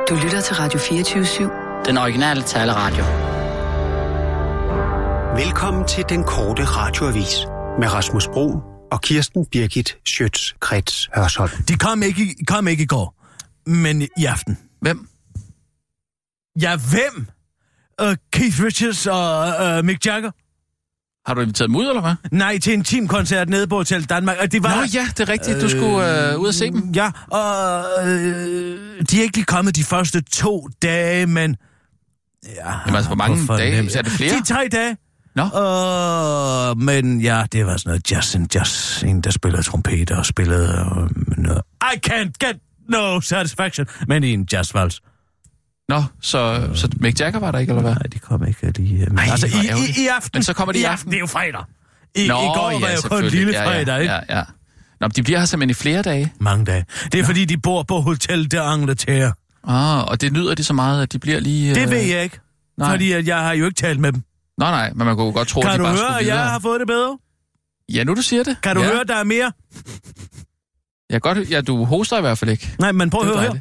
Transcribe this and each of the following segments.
Du lytter til Radio 24/7. Den originale taleradio. Velkommen til den korte radioavis med Rasmus Bro og Kirsten Birgit Schøtz-Krets Hørsholm. De kom ikke i går, men i aften. Hvem? Ja, hvem? Keith Richards og Mick Jagger. Har du inviteret dem ud, eller hvad? Nej, til en teamkoncert nede på Hotel Danmark. Og det var... Nå ja, det er rigtigt. Du skulle ud og se dem. Ja, og de er ikke lige kommet de første 2 dage, men... Ja, jamen altså, hvor mange dage? Er det flere? 3 dage. Nå. Men ja, det var sådan noget jazz. En, der spillede trompet og spillede noget... I can't get no satisfaction. Men i en jazzvals. Nå, så Mick Jagger var der ikke, eller hvad? Nej, de kom ikke lige... Men altså, i aften... Men så kommer de i aften? Det er jo fredag. I går var jo kun lille fredag, ikke? Ja. Nå, de bliver her simpelthen i flere dage? Mange dage. Det er fordi, de bor på Hotel de Angleterre. Og det nyder de så meget, at de bliver lige... Det ved jeg ikke. Nej. Fordi at jeg har jo ikke talt med dem. Nej, men man kunne godt tro, at de bare skulle videre. Kan du høre, at jeg har fået det bedre? Ja, nu du siger det. Kan du høre, der er mere? Ja, du hoster i hvert fald ikke. Nej, men prøv at høre her.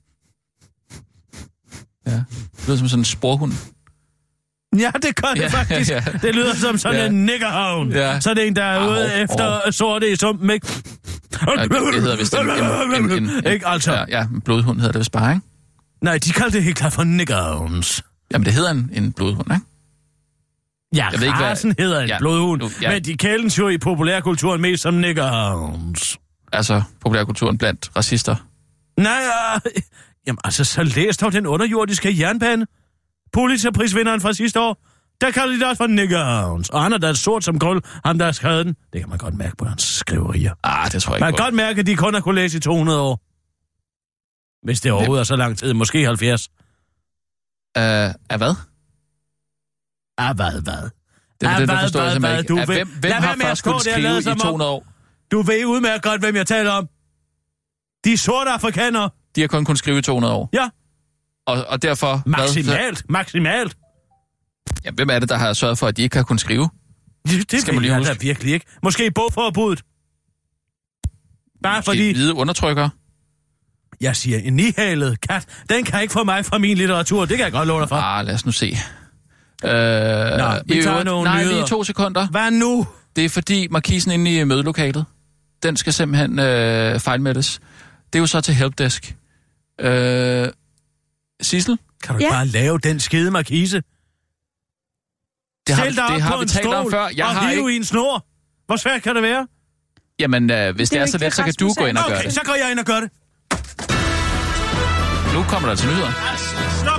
Ja, det lyder som sådan en sporhund. Ja, det gør det faktisk. Ja. Det lyder som sådan en niggerhavn. Ja. Så er det en, der er ude efter sorte i sumpen, ikke? Ja, det hedder vist en ikke altså? Ja, en blodhund hedder det vist bare, ikke? Nej, de kalder det helt klart for niggerhavns. Jamen, det hedder en blodhund, ikke? Ja, rasen hedder en blodhund, men de kaldes jo i populærkulturen mest som niggerhavns. Altså, populærkulturen blandt racister? Nej, jamen altså, så læs dog den underjordiske jernbane. Pulitzerprisvinderen fra sidste år, der kalder de det også for niggerhavns. Og han er da sort som guld, ham der har skrevet den. Det kan man godt mærke på hans skriverier. Det tror jeg ikke. Man kan godt mærke, at de kun har kunnet læse i 200 år. Hvis det overhovedet er så lang tid, måske 70. Af hvad? Af hvad? Det forstår jeg simpelthen ikke. Hvem har først kunnet skrive i 200 år? Du ved udmærket godt, hvem jeg taler om. De sorte afrikanere. De har kun kunnet skrive i 200 år? Ja. Og derfor... Maksimalt. Ja, hvem er det, der har sørget for, at de ikke har kunnet skrive? Det skal man lige huske. Virkelig ikke. Måske bogforbuddet. Bare måske fordi... hvide undertrykkere? Jeg siger, en nihalet kat, den kan ikke få mig fra min litteratur. Det kan jeg godt love dig for. Lad os nu se. Vi tager nogle nyheder. Lige 2 sekunder. Hvad nu? Det er fordi markisen inde i mødelokalet, den skal simpelthen fejlmættes. Det er jo så til helpdesk. Sissel? Kan du ikke bare lave den skide markise? Det har vi talt om før. Jeg hive i en snor. Hvor svært kan det være? Jamen, hvis det er så let, så kan du gå ind og gøre det. Okay, så går jeg ind og gør det. Nu kommer der til nyheder. Stop!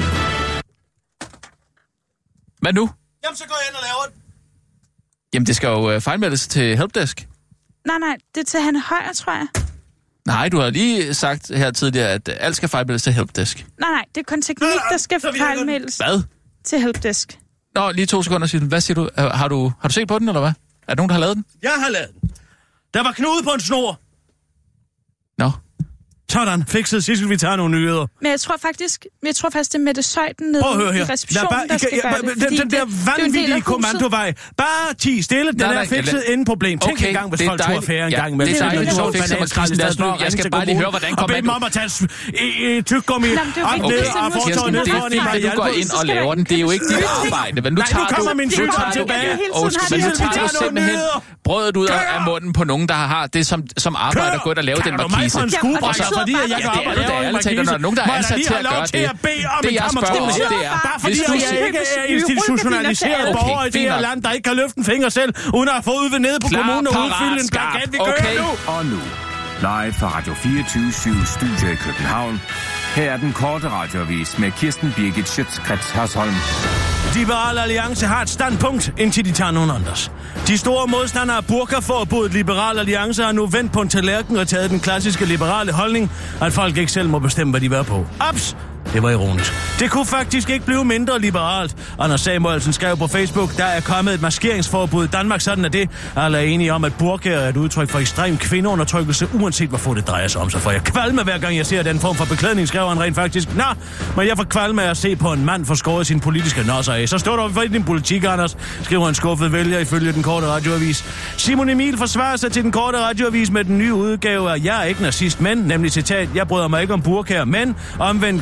Hvad nu? Jamen, så går jeg ind og laver det. Jamen, det skal jo fejlmældes til helpdesk. Nej, det er til Hanne Højer, tror jeg. Nej, du har lige sagt her tidligere, at alt skal fejlmældes til helpdesk. Nej, det er kun teknik, der skal fejlmældes. Hvad? Til helpdesk. Nå, lige 2 sekunder, Sissel. Hvad siger du? Har du set på den, eller hvad? Er der nogen, der har lavet den? Jeg har lavet den. Der var knude på en snor. Nå. Sådan, fikset. Sissel, vi tager nogle nyheder. Men jeg tror faktisk, det er Mette Søjden nede i receptionen, der skal gøre det. Den der vanvittige kommandovej. Bare 10 stille. Den er fikset inden problem. Tænk en gang, hvis folk tog affære en gang med. Det er dejligt, så fikser man. Jeg skal bare lige høre, hvordan kommer du... Og bed dem om at tage tyggegummi op ned og fortøj ned foran i mig. Du går ind og laver den. Det er jo ikke dit arbejde. Men nu kommer min sygdom tilbage. Men nu tager du simpelthen brødet ud af munden på nogen, der har det som arbejder godt at lave den markise. Fordi jeg kan op og lave en markise, når nogen, der er ansat til at gøre det. Det jeg spørger om, det er... Bare fordi jeg ikke er institutionaliseret borger i det her land, der ikke kan løfte en finger selv, uden at få ud nede på kommunen og udfylde en blanket. Vi kører nu! Og nu, live fra Radio 24/7 Studio i København. Her er den korte radioavis med Kirsten Birgit Schøtz-Krets Hørsholm. Liberal Alliance har et standpunkt, indtil de tager nogen andres. De store modstandere af burkaforbuddet Liberal Alliance har nu vendt på en tallerken og taget den klassiske liberale holdning, at folk ikke selv må bestemme, hvad de vil på. Ups! Det var ironisk. Det kunne faktisk ikke blive mindre liberalt. Anders Samuelsen skrev på Facebook, der er kommet et maskeringsforbud i Danmark, sådan er det. Alle er enige om, at burka er et udtryk for ekstrem kvindeundertrykkelse, uanset hvor få det drejer sig om. Så får jeg kvalme hver gang jeg ser den form for beklædning, skrev han rent faktisk. Nå, men jeg får kvalme af at se på en mand få skåret sin politiske nosser af. Så står der for din politik, Anders, skriver en skuffet vælger ifølge den korte radioavis. Simon Emil forsvarer sig til den korte radioavis med den nye udgave af Jeg er ikke nazist, men, nemlig citat, jeg bryder mig ikke om burkaer, men omvendt gik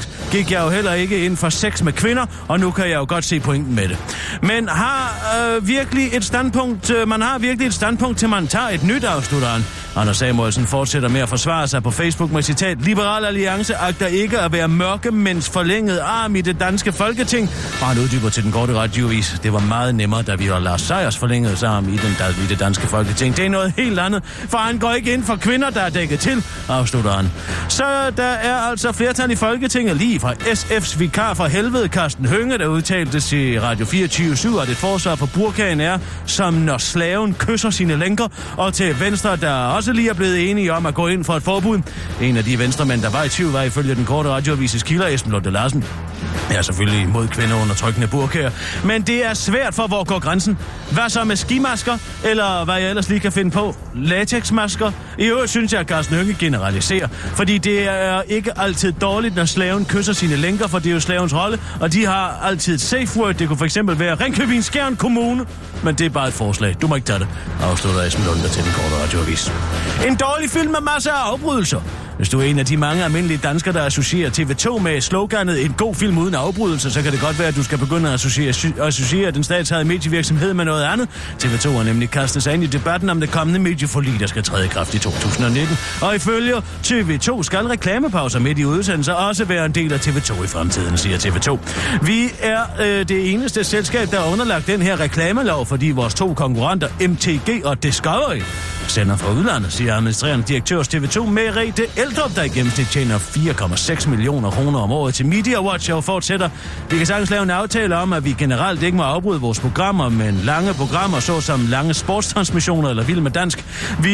gik jeg jo heller ikke ind for sex med kvinder, og nu kan jeg jo godt se pointen med det. Men har virkelig et standpunkt, man har virkelig et standpunkt til man tager et nyt, afslutter han. Anders Samuelsen fortsætter med at forsvare sig på Facebook med citat: Liberal Alliance agter ikke at være mørkemænds forlænget arm i det danske Folketing. Og han uddyber til den korte radioavis: Det var meget nemmere, da vi var Lars Seiers forlængede arm i det danske Folketing. Det er noget helt andet, for han går ikke ind for kvinder, der er dækket til, afslutter han. Så der er altså flertal i Folketinget, lige fra SF's vikar for helvede, Carsten Hønge, der udtalte til Radio 24/7, at et forsvar for burkaen er, som når slaven kysser sine lænker, og til Venstre, der også lige er blevet enige om at gå ind for et forbud. En af de venstremænd, der var i tvivl, var ifølge den korte radioavises kilder, Esben Lunde Larsen. Jeg er selvfølgelig imod kvinder under trykkende burkaer, men det er svært, for hvor går grænsen? Hvad så med skimasker, eller hvad jeg ellers lige kan finde på? Latexmasker? I øvrigt synes jeg, at Carsten Hønge generaliserer, fordi det er ikke altid dårligt, når slaven kysser sine lænker, for det er jo slavens rolle, og de har altid et safe word. Det kunne for eksempel være Ringkøbing-Skjern Kommune, men det er bare et forslag. Du må ikke tage det, afslutter Esben Lunde til den korte radioavis. En dårlig film med masser af afbrydelser. Hvis du er en af de mange almindelige danskere, der associerer TV2 med sloganet en god film uden afbrydelse, så kan det godt være, at du skal begynde at associere den statsejede medievirksomhed med noget andet. TV2 har nemlig kastet sig ind i debatten om det kommende medieforlig, der skal træde i kraft i 2019. Og ifølge TV2 skal reklamepauser midt i udsendelser også være en del af TV2 i fremtiden, siger TV2. Vi er det eneste selskab, der har underlagt den her reklamelov, fordi vores to konkurrenter, MTG og Discovery, sender fra udlandet, siger administrerende direktør hos TV2 Merete Eldrup, der i gennemsnit tjener 4,6 millioner kroner om året til Media Watch, og fortsætter: Vi kan sagtens lave en aftale om, at vi generelt ikke må afbryde vores programmer, men lange programmer, såsom lange sportstransmissioner eller Vild med Dansk,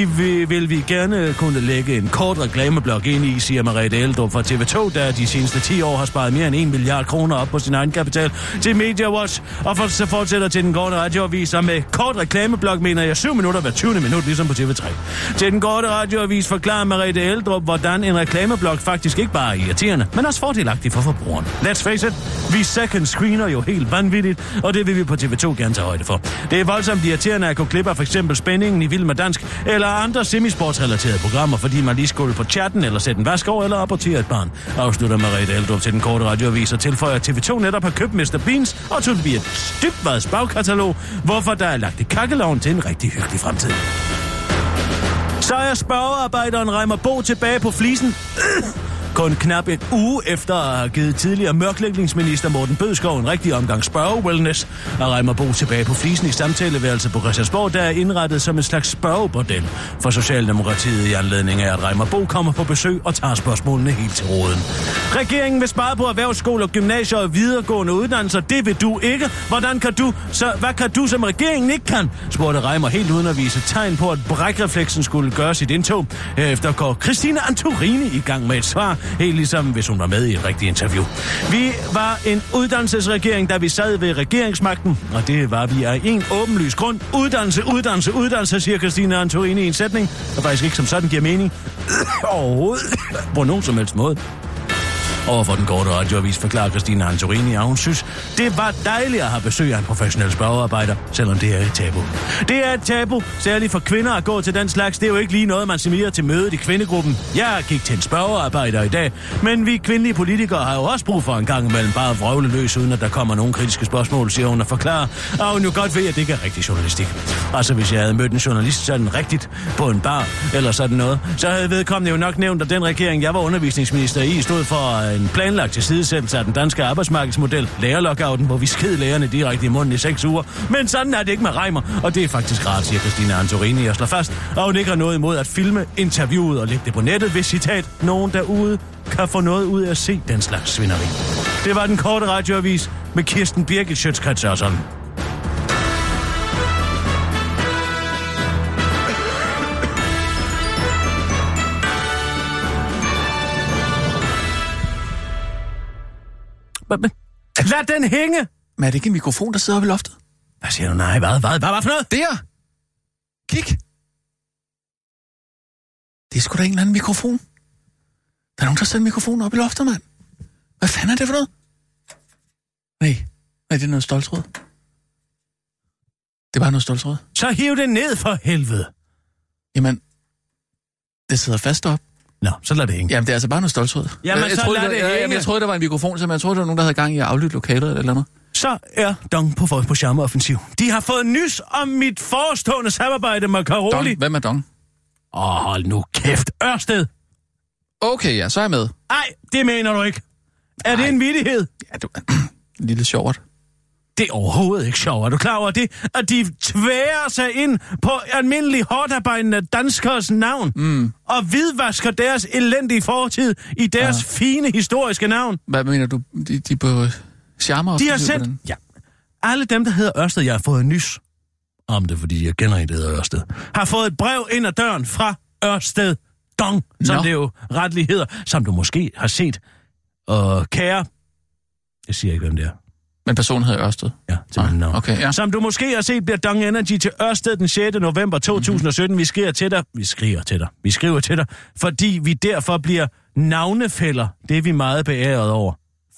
vil vi gerne kunne lægge en kort reklameblok ind i, siger Merete Eldrup fra TV2, der de seneste 10 år har sparet mere end 1 milliard kroner op på sin egen kapital til Media Watch, og så fortsætter til den korte radioavis, og med kort reklameblok mener jeg 7 minutter hver 20. minut, ligesom på TV3. Til den korte radioavis forklarer Merete Eldrup, hvordan en reklameblok faktisk ikke bare er irriterende, men også fordelagtig for forbrugeren. Let's face it, vi second screener jo helt vanvittigt, og det vil vi på TV2 gerne tage højde for. Det er voldsomt irriterende at kunne klippe af for eksempel spændingen i Vild med Dansk, eller andre semisportsrelaterede programmer, fordi man lige skulle på chatten, eller sætte en vask over, eller apportere et barn, afslutter Merete Eldrup til den korte radioavis og tilføjer, at TV2 netop har købt Mr. Beans og Tobias Dybvads bagkatalog, hvorfor der er lagt i kakkeloven til en rigtig hyggelig fremtid. Så er spørgearbejderen Reimer Bo tilbage på flisen. Kun knap en uge efter at have givet tidligere mørklægningsminister Morten Bødskov en rigtig omgang spørge-wellness, er Reimer Bo tilbage på flisen i samtaleværelset på Christiansborg, der er indrettet som en slags spørgebordel for Socialdemokratiet i anledning af, at Reimer Bo kommer på besøg og tager spørgsmålene helt til råden. Regeringen vil spare på erhvervsskoler, gymnasier og videregående uddannelser. Det vil du ikke. Hvad kan du, som regeringen ikke kan? Spurgte Reimer helt uden at vise tegn på, at brækrefleksen skulle gøre sit indtog. Herefter går Christine Antorini i gang med et svar, helt ligesom hvis hun var med i et rigtigt interview. Vi var en uddannelsesregering, da vi sad ved regeringsmagten, og det var vi af en åbenlys grund. Uddannelse, siger Christine Antorini i en sætning, der faktisk ikke som sådan giver mening overhovedet på nogen som helst måde. Overfor den korte radioavis forklarer Christine Antorini, at hun synes, det var dejligt at have besøg af en professionel spørgearbejder, selvom det er et tabu. Det er et tabu, særligt for kvinder at gå til den slags. Det er jo ikke lige noget, man smider til mødet i kvindegruppen. Jeg gik til en spørgearbejder i dag, men vi kvindelige politikere har jo også brug for en gang imellem bare at vrøvle løs, uden at der kommer nogle kritiske spørgsmål, siger hun og forklarer, og hun jo godt ved, at det ikke er rigtig journalistik. Altså hvis jeg havde mødt en journalist sådan rigtigt på en bar eller sådan noget, så havde vedkommende jo nok nævnt, at den regering, jeg var undervisningsminister i, stod for en planlagt tilsidesættelse af den danske arbejdsmarkedsmodel, lærerlockouten, hvor vi sked lærerne direkte i munden i 6 uger. Men sådan er det ikke med Reimer, og det er faktisk rart, siger Christine Antorini og slår fast, at hun ikke har noget imod at filme interviewet og lægge det på nettet, hvis citat, nogen derude kan få noget ud af at se den slags svineri. Det var den korte radioavis med Kirsten Birgit Schøtz-Krets og sådan. Lad den hænge! Men er det ikke en mikrofon, der sidder oppe i loftet? Hvad siger du? Nej, hvad for noget? Der! Kig! Det er sgu da en eller anden mikrofon. Der er nogen, der sætter en mikrofon op i loftet, mand. Hvad fanden er det for noget? Nej, det er noget stoltråd. Det er bare noget stoltråd. Så hiv det ned for helvede. Jamen, det sidder fast op. Nå, så lad det hænge. Jamen, det er altså bare noget stoltråd. Jamen, Jeg troede, der var en mikrofon, så jeg troede, der var nogen, der havde gang i at aflytte lokalet eller noget. Så er Dong på charmeoffensiv. De har fået nys om mit forestående samarbejde med Caroli. Hvem er Dong? Hold nu kæft, Ørsted. Okay, ja, så er jeg med. Nej, det mener du ikke. Er det en vittighed? Ja, du en lille sjovt. Det er overhovedet ikke sjovt. Er du klar over det? At de tværer sig ind på almindelige hårdarbejdende danskers navn og hvidvasker deres elendige fortid i deres fine historiske navn. Hvad mener du? De på charmer? De har sendt... Ja. Alle dem, der hedder Ørsted, jeg har fået nys om det, fordi jeg kender en, der hedder Ørsted, har fået et brev ind ad døren fra Ørsted Dong, som det jo retligt hedder, som du måske har set. Og kære... Jeg siger ikke, hvem det er. Men personen hedder Ørsted? Ja, til min navn. Okay, ja. Som du måske har set, bliver Dong Energy til Ørsted den 6. november 2017. Vi skriver til dig, fordi vi derfor bliver navnefælder. Det er vi meget beæret over.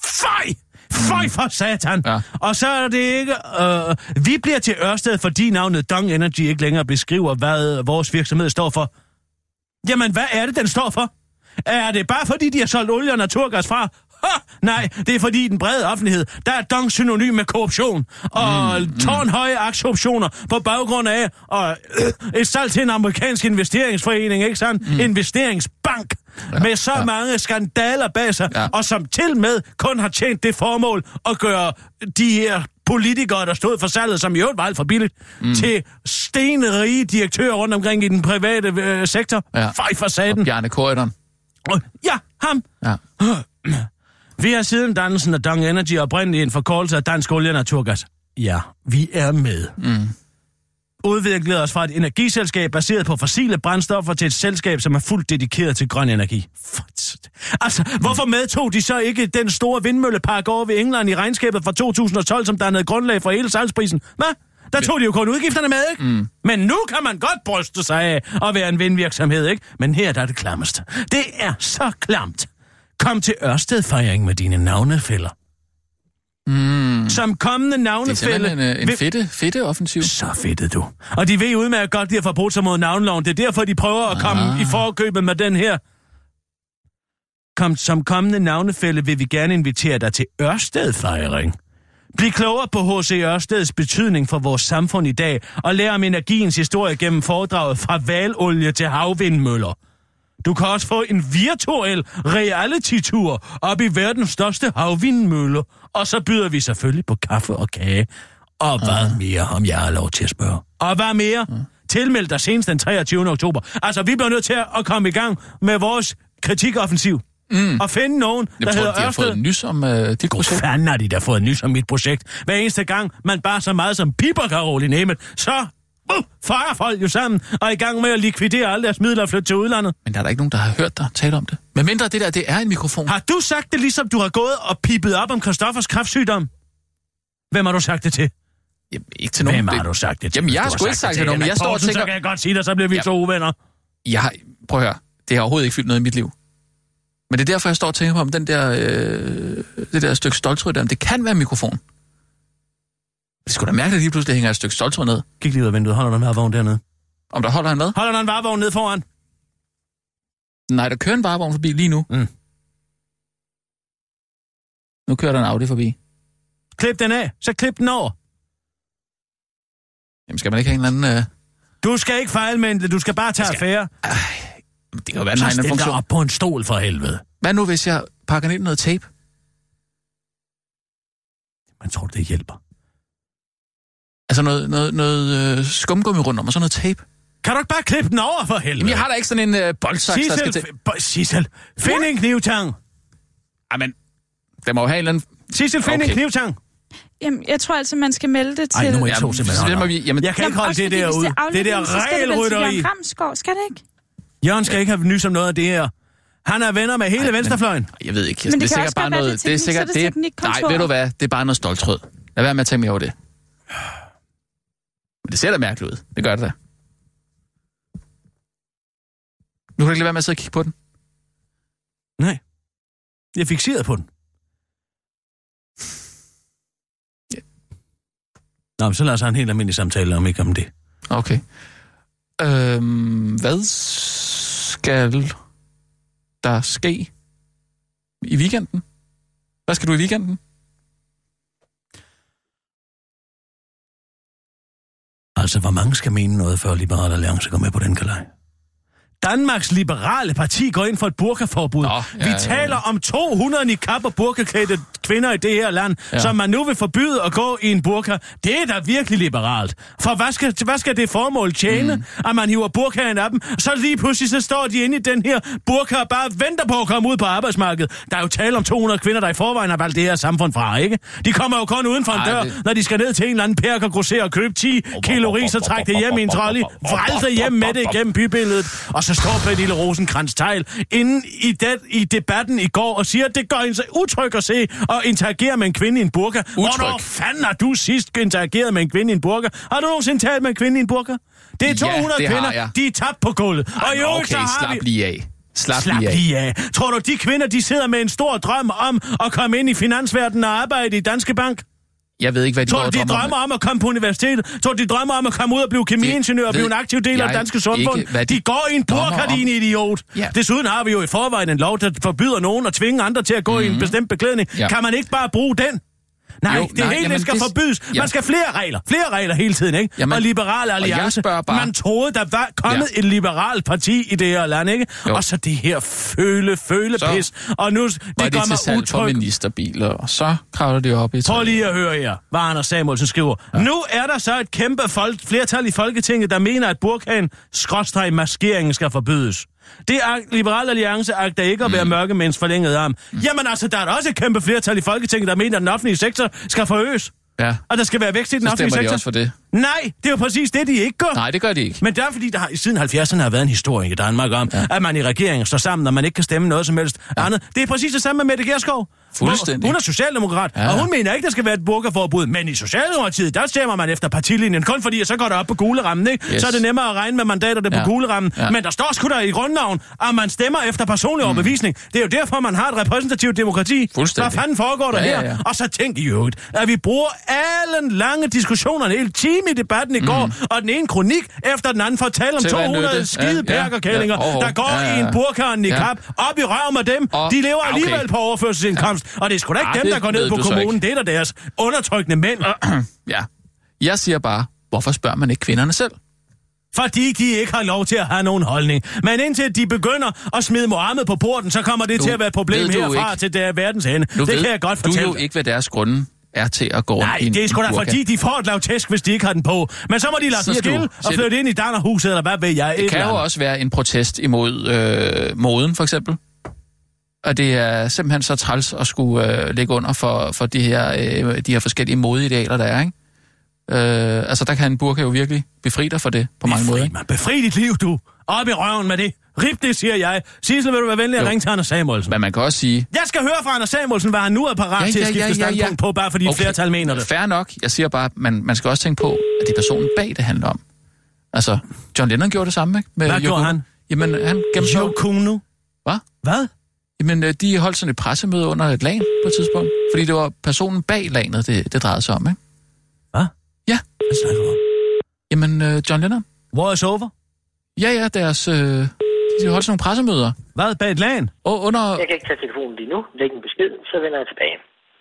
Føj for satan! Ja. Og så er det ikke... vi bliver til Ørsted, fordi navnet Dong Energy ikke længere beskriver, hvad vores virksomhed står for. Jamen, hvad er det, den står for? Er det bare fordi, de har solgt olie og naturgas fra? Nej, det er fordi den brede offentlighed, der er Dong synonym med korruption og tårnhøje aktieoptioner på baggrund af et salg til en amerikansk investeringsforening, ikke sandt? Investeringsbank med så mange skandaler bag sig, og som til med kun har tjent det formål at gøre de her politikere, der stod for salget, som i øvrigt var alt for billigt, til stenrige direktører rundt omkring i den private sektor. Fej for satan. Og Bjarne Corydon. Ja, ham. Ja. Vi har siden dannelsen af Dong Energy oprindeligt en forkortelse af dansk olie og naturgas. Ja, vi er med. Udviklet os fra et energiselskab baseret på fossile brændstoffer til et selskab, som er fuldt dedikeret til grøn energi. Altså, hvorfor medtog de så ikke den store vindmøllepark over ved England i regnskabet fra 2012, som dannede grundlag for hele salgsprisen? Hvad? Der tog de jo kun udgifterne med, ikke? Men nu kan man godt bryste sig af at være en vindvirksomhed, ikke? Men her der er det klammest. Det er så klamt. Kom til Ørsted-fejring med dine navnefælder. Som kommende navnefælde... Det er simpelthen en fedte offensiv. Så fedtet du. Og de ved udmærket godt, de har forbrudt sig mod navnloven. Det er derfor, de prøver at komme i forkøbet med den her. Som kommende navnefælde vil vi gerne invitere dig til Ørsted-fejring. Bliv klogere på H.C. Ørsteds betydning for vores samfund i dag, og lær om energiens historie gennem foredraget fra hvalolie til havvindmøller. Du kan også få en virtuel reality-tur op i verdens største havvindmølle, og så byder vi selvfølgelig på kaffe og kage. Og hvad mere, om jeg har lov til at spørge? Og hvad mere? Tilmeld dig senest den 23. oktober. Altså, vi bliver nødt til at komme i gang med vores kritikoffensiv. Og finde nogen, der hedder Ørsted. Jeg tror, de har fået nys om dit projekt. Hvor fanden har de da fået nys om mit projekt? Hver eneste gang, man bare så meget som piper, Carol i Nemeth, så farer folk jo sammen og er i gang med at likvidere alle deres midler og flytte til udlandet. Men der er der ikke nogen, der har hørt dig tale om det. Men mindre det der, det er en mikrofon. Har du sagt det, ligesom du har gået og pipet op om Christoffers kræftsygdom? Hvem har du sagt det til? Jamen, ikke til nogen. Hvem har du sagt det til? Jamen, jeg har sgu ikke sagt det til nogen, men jeg står og tænker... Så kan jeg godt sige det, så bliver vi to uvenner. Prøv at høre. Det har overhovedet ikke fyldt noget i mit liv. Men det er derfor, jeg står og tænker på, om den der, det der stykke stoltråd der, det kan være en mikrofon. Det skulle da mærke, at lige pludselig hænger et stykke stoltråd ned. Kig lige ud af vinduet. Holder der en varevogn dernede? Om der holder han hvad? Holder der en varevogn ned foran? Nej, der kører en varevogn forbi lige nu. Nu kører der en Audi forbi. Klip den af. Så klip den over. Jamen, skal man ikke have en eller anden... Du skal ikke fejle med det. Du skal bare tage affære. Det kan jo være, den har en funktion. Så stil dig op på en stol for helvede. Hvad nu, hvis jeg pakker ned noget tape? Man tror, det hjælper. Altså noget skumgummi rundt om, og så noget tape. Kan du ikke bare klippe den over for helvede? Jamen, jeg har da ikke sådan en boldsaks, der skal til. Sissel, find en knivtang. Jamen, der må jo have en eller anden... Sissel, find en knivtang. Jamen, jeg tror altså, man skal melde det til... Ej, nu må jeg to simpelthen. Jamen, jeg kan ikke holde det derude. Det der regelrytteri. Jørgen Ramsgaard, skal det ikke? Jørgen skal ikke have nys om noget af det her. Han er venner med hele venstrefløjen. Jeg ved ikke. Men det er sikkert bare noget... Det er sikkert... Nej, ved du hvad? Det er bare noget stoltråd. Lad være med at tænke mere over det. Men det ser da mærkeligt ud. Det gør det da. Nu kan du ikke lade være med at sidde og kigge på den. Nej. Jeg er fikseret på den. Ja. Nå, men så lad os have en helt almindelig samtale om ikke om det. Okay. Hvad skal der ske i weekenden? Hvad skal du i weekenden? Altså, hvor mange skal mene noget, før Liberal Alliance går med på den galej? Danmarks Liberale Parti går ind for et burkaforbud. Vi taler om 200 niqab og burkaklædte kvinder i det her land, som man nu vil forbyde at gå i en burka. Det er da virkelig liberalt. For hvad skal det formål tjene, at man hiver burkaen af dem? Så lige pludselig så står de inde i den her burka og bare venter på at komme ud på arbejdsmarkedet. Der er jo tale om 200 kvinder, der i forvejen har valgt det her samfund fra, ikke? De kommer jo kun uden for en dør, når de skal ned til en eller anden perk og grossere og købe 10 kilo ris og trække det hjem i en trolley, vrælde hjem med det igennem bybilledet, og så står Pernille Rosenkrantz-Theil inde i debatten i går og siger, at det gør hende så utryg at se og interagere med en kvinde i en burka. Hvornår fanden har du sidst interageret med en kvinde i en burka? Har du nogensinde talt med en kvinde i en burka? Det er 200 kvinder, de er tabt på gulvet. Og jo, okay, slap lige af. Slap lige af. Tror du, de kvinder, de sidder med en stor drøm om at komme ind i finansverdenen og arbejde i Danske Bank? Jeg ved ikke, hvad de tror, de drømmer om at komme på universitetet? Tror de drømmer om at komme ud og blive kemiingeniør og blive en aktiv del af det danske samfund? De går i en burka, din idiot. Ja. Desuden har vi jo i forvejen en lov, der forbyder nogen at tvinge andre til at gå i en bestemt beklædning. Ja. Kan man ikke bare bruge den? Nej, det skal forbydes. Man skal flere regler hele tiden, ikke? Jamen, og Liberal Alliance, man troede, der var kommet et liberalt parti i det her land, ikke? Jo. Og så det her følepis. Og nu, det gør mig utryg. For ministerbiler, og så kravler det op i. Prøv lige at høre her, hvad Anders Samuelsen skriver. Ja. Nu er der så et kæmpe flertal i Folketinget, der mener, at burkaen/maskeringen skal forbydes. Det er Liberal Alliance agter ikke at være mørkemænds forlænget arm. Jamen altså, der er da også et kæmpe flertal i Folketinget, der mener, at den offentlige sektor skal forøges. Ja. Og der skal være vækst i den offentlige sektor. De også for det. Nej, det er jo præcis det, de ikke gør. Nej, det gør de ikke. Men det er fordi, der siden 70'erne har været en historie i Danmark om, at man i regeringen står sammen, når man ikke kan stemme noget som helst andet. Det er præcis det samme med Mette Gjerskov. Fuldstændig. Hun er socialdemokrat, og hun mener ikke, der skal være et burkaforbud. Men i Socialdemokratiet, der stemmer man efter partilinjen, kun fordi, så går det op på kuglerammen, ikke? Yes. Så er det nemmere at regne med mandaterne på kuglerammen. Ja. Men der står sgu der i grundloven, at man stemmer efter personlig overbevisning. Det er jo derfor, man har et repræsentativt demokrati. Hvad fanden foregår der her? Og så tænk i øvrigt, at vi bruger alle lange diskussioner, en hel time i debatten i går, og den ene kronik efter den anden for at tale om 200 skide perkerkællinger, der går i en burka og en niqab, op i røven med dem. De lever alligevel på overførselsindkomst. Og det er sgu da ikke dem, der går ned på kommunen. Det er da deres undertrykkende mænd. Ja. Jeg siger bare, hvorfor spørger man ikke kvinderne selv? Fordi de ikke har lov til at have nogen holdning. Men indtil de begynder at smide Mohammed på porten, så kommer det til at være et problem herfra til der verdens ende. Det kan jeg godt fortælle. Du jo ikke, hvad deres grunde er til at gå Nej, det er sgu da fordi, de får et lavt tæsk, hvis de ikke har den på. Men så må de lade sig skille og flytte ind i Dannerhuset, eller hvad ved jeg. Det kan jo også være en protest imod moden, for eksempel. Og det er simpelthen så træls at skulle lægge under for de her forskellige modeidealer, der er, ikke? Altså, der kan en burka jo virkelig befri dig for det på mange måder. Man befri dit liv, du. Op i røven med det. Rip det, siger jeg. Sissel, vil du være venlig at ringe til Anders Samuelsen? Men man kan også sige... Jeg skal høre fra Anders Samuelsen, hvad han nu er parat til at skifte standpunkt på, bare fordi et flertal mener det. Fair nok. Jeg siger bare, man skal også tænke på, at det er personen bag, det handler om. Altså, John Lennon gjorde det samme, ikke? Hvad gjorde han? Jamen, han gennemførte... Yoko Ono? Hvad? Jamen, de holdt sådan et pressemøde under et lag på et tidspunkt. Fordi det var personen bag laget, det drejede sig om, ikke? Hvad? Ja. Hvad snakker du om? Jamen, John Lennon. War is over? Ja, deres... de holdt sådan nogle pressemøder. Hvad? Bag et lagen? Under... Jeg kan ikke tage telefonen lige nu. Læg en besked, så vender jeg tilbage.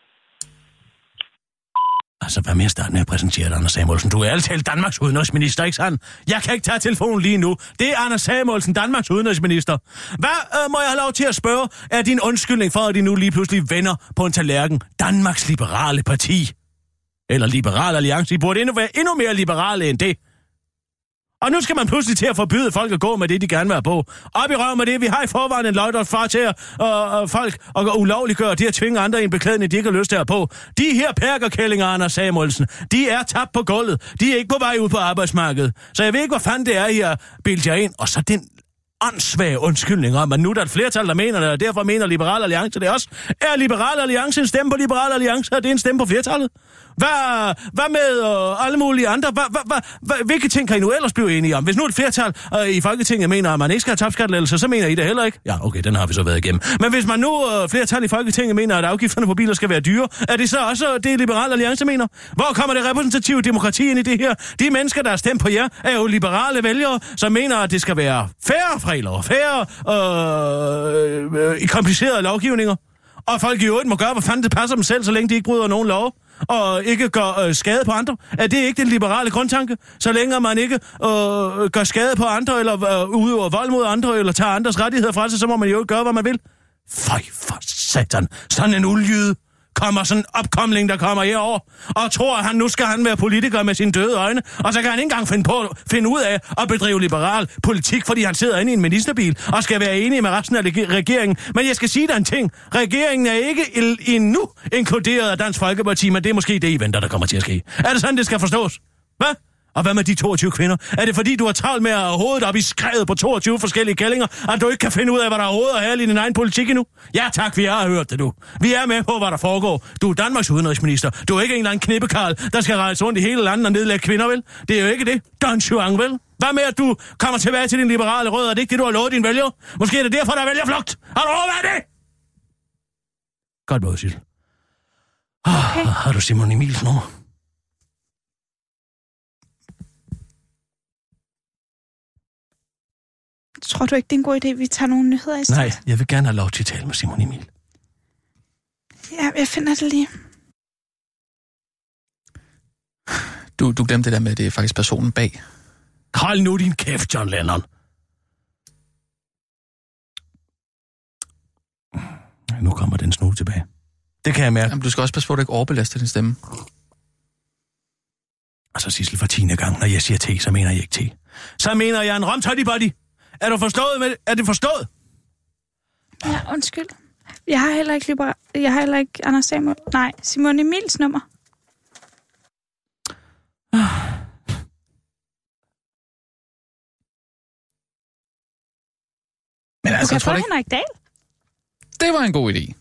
Altså, hvad mere starten med at præsentere dig, Anders Samuelsen? Du er altid Danmarks udenrigsminister, ikke sandt? Jeg kan ikke tage telefonen lige nu. Det er Anders Samuelsen, Danmarks udenrigsminister. Hvad må jeg have lov til at spørge? Er din undskyldning for, at de nu lige pludselig vender på en tallerken? Danmarks Liberale Parti? Eller Liberal Alliance? I burde være endnu mere liberale end det. Og nu skal man pludselig til at forbyde folk at gå med det, de gerne vil have på. Op i røven med det. Vi har i forvejen en lov, der far til at folk og ulovliggøre det at tvinge andre i en beklædning, de ikke har lyst til at have på. De her perkerkællinger, Anders Samuelsen, de er tabt på gulvet. De er ikke på vej ud på arbejdsmarkedet. Så jeg ved ikke, hvad fanden det er, I har bildt jer ind. Og så den åndssvage undskyldning om, at nu der er et flertal, der mener det, og derfor mener Liberal Alliance det også. Er Liberal Alliance en stemme på Liberal Alliance, og det er en stemme på flertallet? Hvad med alle mulige andre? Hvilke ting kan I nu ellers blive enige om? Hvis nu et flertal i Folketinget mener, at man ikke skal have topskattelettelser, så mener I det heller ikke? Ja, okay, den har vi så været igennem. Men hvis man nu flertal i Folketinget mener, at afgifterne på biler skal være dyre, er det så også det, Liberal Alliance mener? Hvor kommer det repræsentative demokrati ind i det her? De mennesker, der har stemt på jer, er jo liberale vælgere, som mener, at det skal være færre regler og færre komplicerede lovgivninger. Og folk i øvrigt må gøre, hvad fanden det passer dem selv, så længe de ikke bryder nogen lov. Og ikke gør skade på andre. Er det ikke den liberale grundtanke? Så længe man ikke gør skade på andre, eller udøver vold mod andre, eller tager andres rettigheder fra sig, så må man jo ikke gøre, hvad man vil. Føj for satan. Sådan en ulyde. Kommer sådan en opkomling, der kommer herover og tror, at nu skal han være politiker med sine døde øjne, og så kan han ikke engang finde ud af at bedrive liberal politik, fordi han sidder inde i en ministerbil og skal være enig med resten af regeringen. Men jeg skal sige dig en ting. Regeringen er ikke endnu inkluderet af Dansk Folkeparti, men det er måske det, I venter, der kommer til at ske. Er det sådan, det skal forstås? Hvad? Og hvad med de 22 kvinder? Er det fordi, du har travlt med at have hovedet op i skredet på 22 forskellige kællinger, at du ikke kan finde ud af, hvad der er hovedet og her i din egen politik endnu? Ja tak, vi har hørt det, du. Vi er med på, hvad der foregår. Du er Danmarks udenrigsminister. Du er ikke en eller anden knippekarl, der skal rejse rundt i hele landet og nedlægge kvinder, vel? Det er jo ikke det. Don Juan, vel? Hvad med, at du kommer tilbage til din liberale rød? Er det ikke det, du har lovet dine vælgere? Måske er det derfor, der vælger flugt. Har du overvejet det? Godt måde, Sissel. Okay. Har du Simon Emils nummer? Tror du ikke, det er en god idé, at vi tager nogle nyheder i stedet? Nej, jeg vil gerne have lov til at tale med Simon Emil. Ja, jeg finder det lige. Du glemte det der med, at det er faktisk personen bag. Hold nu din kæft, John Lennon. Nu kommer den snu tilbage. Det kan jeg mærke. Jamen, du skal også passe på, at du ikke overbelaster din stemme. Altså, Sissel, for 10. gang, når jeg siger te, så mener jeg ikke te. Så mener jeg en rom-toddy body. Er du forstået med det? Er det forstået? Ja, undskyld. Jeg har heller ikke Anders Samuel. Nej, Simon Emils nummer. Men altså, du kan få Henrik Dahl. Det var en god idé.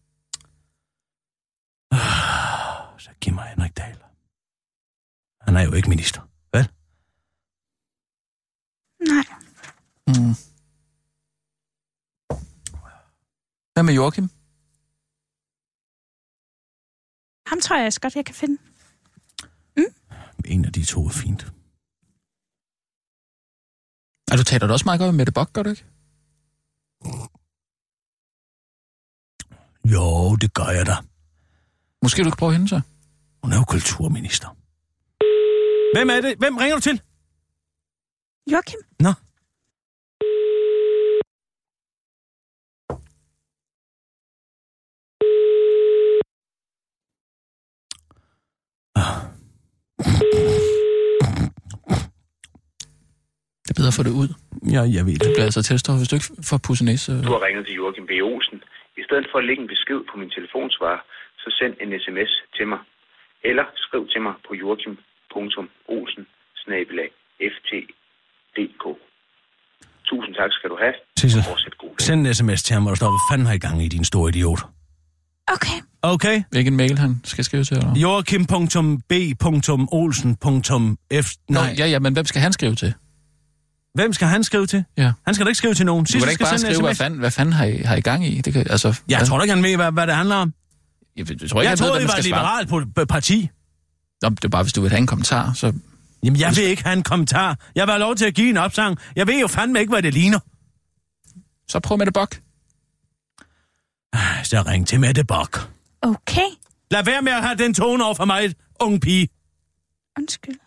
Så giv mig Henrik Dahl. Han er jo ikke minister, vel? Nej. Mm. Hvad med Joachim? Ham tror jeg også godt, jeg kan finde. En af de to er fint. Og du taler da også meget godt med Mette Bock, gør du ikke? Jo, det gør jeg da. Måske du kan prøve hende så? Hun er jo kulturminister. Hvem er det? Hvem ringer du til? Joachim. Nå. Det er bedre at få det ud. Ja, jeg ved det. Det bliver altså tilstået, hvis du ikke får pussenæse. Du har ringet til Joachim B. Olsen. I stedet for at lægge en besked på min telefonsvarer, så send en sms til mig. Eller skriv til mig på joachim.olsen@ft.dk. Tusind tak skal du have. Sissel, send en sms til ham, hvor der står, hvad fanden har I gang i, din store idiot? Okay. Okay. Hvilken mail han skal skrive til, eller? Joachim.b.olsen.f... Nej, ja, men hvem skal han skrive til? Hvem skal han skrive til? Ja. Han skal da ikke skrive til nogen. Du kan da ikke bare skrive, hvad fanden har I gang i? Det kan, altså, jeg tror da ikke, han ved, hvad det handler om. Jeg troede, det var et liberalt parti. Nå, det er bare, hvis du vil have en kommentar, så... Jamen, jeg vil ikke have en kommentar. Jeg vil have lov til at give en opsang. Jeg ved jo fandme ikke, hvad det ligner. Så prøv Mette Bock. Så ring til Mette Bock. Okay. Lad være med at have den tone over for mig, ung pige. Undskyld.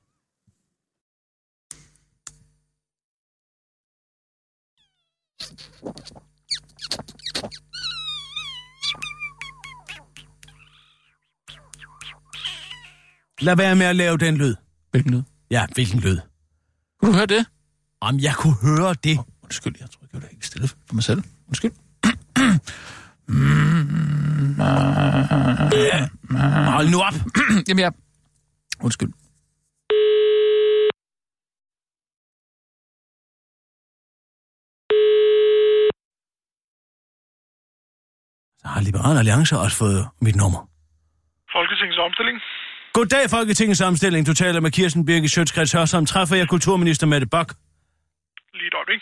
Lad være med at lave den lyd. Hvilken lyd? Ja, hvilken lyd? Kunne du høre det? Om jeg kunne høre det. Undskyld, jeg tror ikke, jeg var helt stille for mig selv. Undskyld. Hold nu op. Jamen, jeg... Undskyld. Så har Liberal Alliance også fået mit nummer. Folketingets omstilling. Goddag, Folketingets omstilling. Du taler med Kirsten Birgit Schøtz-Krets Hørsholm. Træffer jeg kulturminister Mette Bock? Lige et øjeblik.